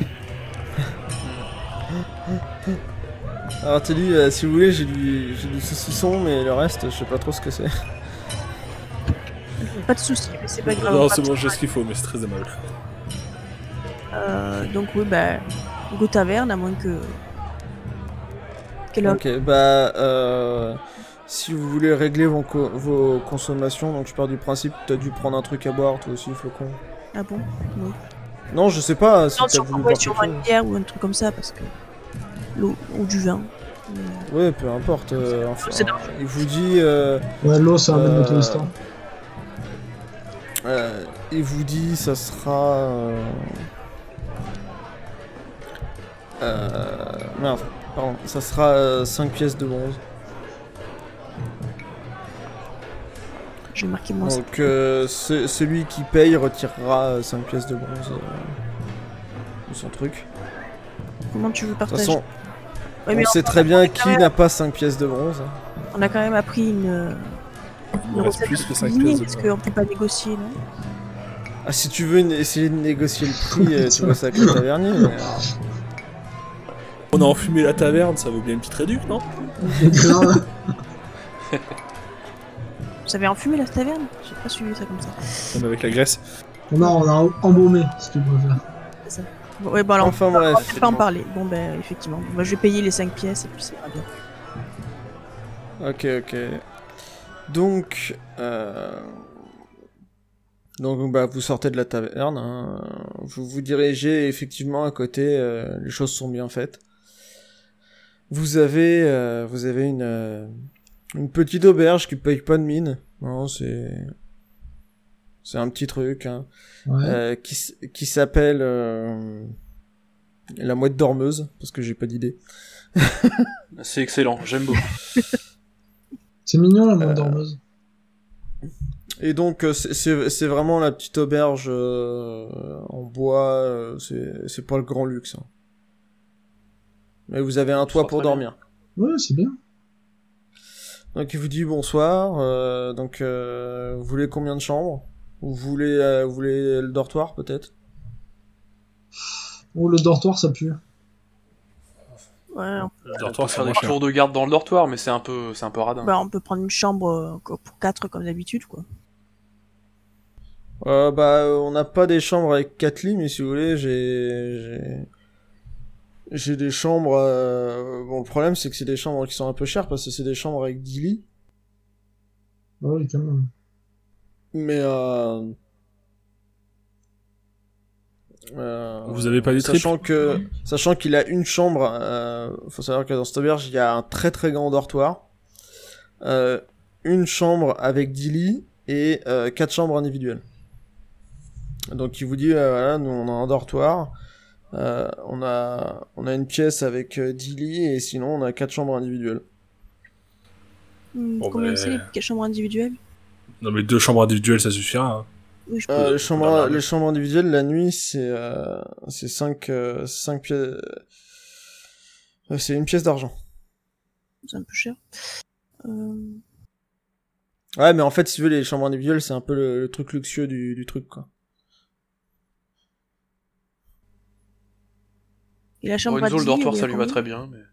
Alors t'as dit, euh, si vous voulez, j'ai du, j'ai du saucisson, mais le reste, je sais pas trop ce que c'est. Pas de soucis, mais c'est pas grave. on Non, va c'est bon, peut-être j'ai ce qu'il faut, mais c'est très aimable. Euh, donc oui, bah, go taverne, à moins que... Quelle heure Ok, bah, euh, si vous voulez régler vos, co- vos consommations, donc je pars du principe que t'as dû prendre un truc à boire, toi aussi, Flocon. Ah bon Oui. Non, je sais pas si Non, t'as sur, voulu ouais, boire sur quelque une chose. bière ou un truc comme ça, parce que... L'eau ou du vin. Euh, Ouais, peu importe. euh, enfin, C'est dangereux. il vous dit, euh, Ouais, l'eau, ça ramène Euh, le touristan. euh, il vous dit, ça sera. Euh, euh, merde, pardon, ça sera euh, cinq pièces de bronze. Je vais marquer moi ça. Donc, euh, ce- celui qui paye retirera cinq pièces de bronze euh, de son truc. Comment tu veux De toute partager façon, Ouais, mais on sait on- très on bien a quand qui même- n'a pas cinq pièces de bronze. On a quand même appris une... Il une me reste recette plus que de cinq cuisiner, pièces de parce bronze. qu'on peut pas négocier, non Ah, si tu veux né- essayer de négocier le prix, euh, tu vois ça avec le tavernier. mais, euh, On a enfumé la taverne, ça vaut bien une petite réduc, non? Grave. Vous avez enfumé la taverne J'ai pas suivi ça comme ça. Même avec la graisse. Non, on a embaumé, si tu préfères. C'est ça. Bon, ouais, bon alors, Enfin on va bref. peut-être pas en parler. Bon ben, effectivement. Moi, je vais payer les cinq pièces et puis c'est pas bien. Ok, ok. Donc, euh... donc bah, vous sortez de la taverne, hein. Vous vous dirigez effectivement à côté, euh, les choses sont bien faites. Vous avez, euh, vous avez une, euh, une petite auberge qui paye pas de mine. Non, c'est, c'est un petit truc, hein, Ouais. euh, qui, s- qui s'appelle euh, la mouette dormeuse, parce que j'ai pas d'idée. C'est excellent, j'aime beaucoup. C'est mignon, la mode Euh, dormeuse. Et donc euh, c'est- c'est c'est vraiment la petite auberge euh, en bois, euh, c'est c'est pas le grand luxe. Hein. Mais vous avez un toit sera pour très bien. dormir. Ouais, c'est bien. Donc il vous dit bonsoir. euh, donc euh, vous voulez combien de chambres? Vous voulez euh, vous voulez le dortoir peut-être? Oh, le dortoir, ça pue. Ouais, on, Le On dortoir, peut c'est faire des moins cher. tours de garde dans le dortoir, mais c'est un peu, c'est un peu radin. bah, on peut prendre une chambre euh, pour quatre comme d'habitude, quoi. Euh, bah euh, on n'a pas des chambres avec quatre lits, mais si vous voulez j'ai j'ai j'ai des chambres. Euh... Bon le problème c'est que c'est des chambres qui sont un peu chères parce que c'est des chambres avec dix lits. Ah oui, quand même. Mais euh... euh, Vous avez pas des sachant que sachant qu'il a une chambre, euh, faut savoir que dans cette auberge il y a un très très grand dortoir, euh, une chambre avec dix lits et euh, quatre chambres individuelles. Donc il vous dit euh, voilà, nous on a un dortoir, euh, on a on a une pièce avec euh, dix lits et sinon on a quatre chambres individuelles. Hmm, Bon, combien bah, c'est les chambres individuelles? Non mais deux chambres individuelles ça suffira. Hein. Oui, je peux. Euh, les faut chambres dormir. les chambres individuelles la nuit c'est euh, c'est cinq euh, cinq pièces, euh, c'est une pièce d'argent. C'est un peu cher. Euh... Ouais, mais en fait, si tu veux, les chambres individuelles, c'est un peu le, le truc luxueux du, du truc, quoi. Et la Bon, chambre à Enzo, le dix, dortoir, elle est ça à lui va combien? très bien, mais...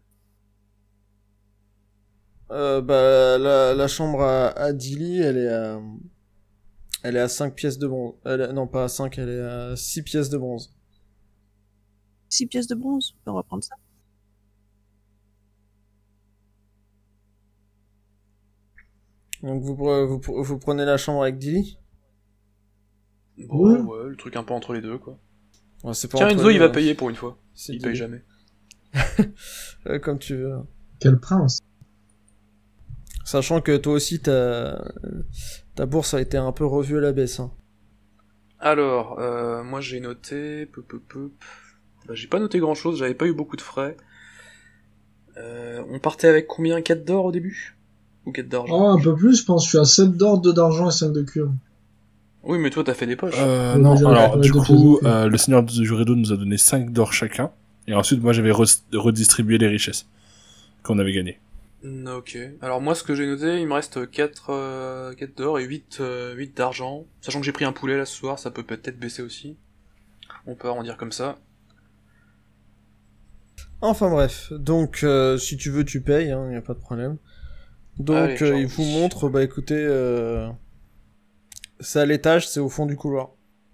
Euh, bah, la, la chambre à, à dix lits, elle est à, elle est à cinq pièces de bronze. Elle est- non, pas à cinq, elle est à six pièces de bronze. six pièces de bronze? On va prendre ça. Donc, vous, pre- vous, pre- vous prenez la chambre avec dix lits? Bon, Ouais. ouais, le truc un peu entre les deux, quoi. Ouais, c'est pas Tiens, entre Enzo, les il deux, va hein. payer pour une fois. C'est Il dix paye lits. jamais. Euh, comme tu veux. Quel prince. Sachant que toi aussi, ta, ta bourse a été un peu revue à la baisse, hein. Alors, euh, moi j'ai noté... Peu, peu, peu... Bah, j'ai pas noté grand-chose, j'avais pas eu beaucoup de frais. Euh, on partait avec combien? quatre d'or au début? Ou quatre d'argent? Oh, un peu plus, je pense. Je suis à sept d'or, deux d'argent et cinq de cuivre. Oui, mais toi t'as fait des poches. Euh, Ouais, non, déjà, alors ouais, du deux coup, pièces de euh, le seigneur du Rideau nous a donné cinq d'or chacun. Et ensuite, moi j'avais re- redistribué les richesses qu'on avait gagnées. Mm, ok. Alors moi ce que j'ai noté, il me reste quatre, euh, quatre d'or et huit, euh, huit d'argent. Sachant que j'ai pris un poulet là ce soir, ça peut peut-être baisser aussi. On peut arrondir comme ça. Enfin bref, donc euh, si tu veux tu payes, hein, y a pas de problème. Donc Allez, euh, j'ai il envie. vous montre, bah écoutez, euh, c'est à l'étage, c'est au fond du couloir.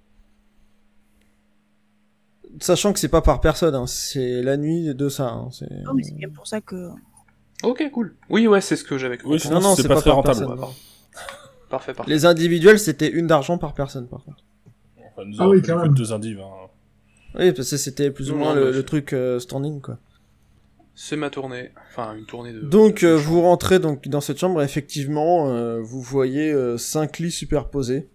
Sachant que c'est pas par personne, hein, c'est la nuit de ça. Hein, c'est... Oh, mais c'est bien pour ça que. Ok, cool. Oui, ouais, c'est ce que j'avais compris. Oui, sinon Non, non, c'est c'est pas, pas très par rentable. personne. Ouais, pardon. Parfait, parfait. Les individuels c'était une d'argent par personne par contre. Enfin, nous Ah avons oui, fait quand que même. deux indives. Hein. Oui, parce que c'était plus ou Non, moins non, le, mais le c'est- truc euh, standing quoi. C'est ma tournée. Enfin, une tournée de... Donc de euh, chambre. vous rentrez donc dans cette chambre, et effectivement euh, vous voyez euh, cinq lits superposés.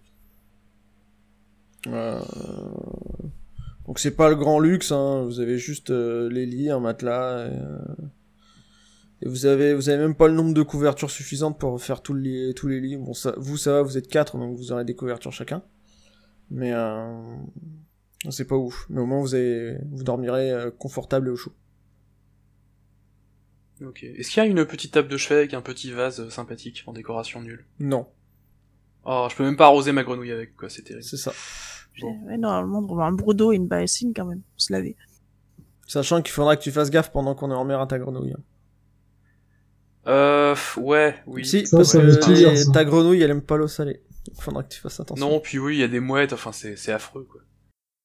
Euh... Donc c'est pas le grand luxe, hein. Vous avez juste euh, les lits, un matelas, et, euh, et vous avez vous avez même pas le nombre de couvertures suffisantes pour faire tout le lit- tous les lits. Bon ça, vous ça va, vous êtes quatre, donc vous aurez des couvertures chacun. Mais euh... c'est pas ouf. Mais au moins vous avez vous dormirez euh, confortable et au chaud. Ok. Est-ce qu'il y a une petite table de chevet avec un petit vase euh, sympathique en décoration nulle? Non, Oh, je peux même pas arroser ma grenouille avec, quoi, c'est terrible. c'est ça. Bon. Ouais, normalement, on va avoir un brodo et une bassine quand même, pour se laver. Sachant qu'il faudra que tu fasses gaffe pendant qu'on est en mer à ta grenouille. hein. Euh, ouais, oui. Si, Ça, parce ça que veut tout dire, les- ça. ta grenouille, elle aime pas l'eau salée. Il faudra que tu fasses attention. Non, puis oui, il y a des mouettes, enfin, c'est c'est affreux, quoi.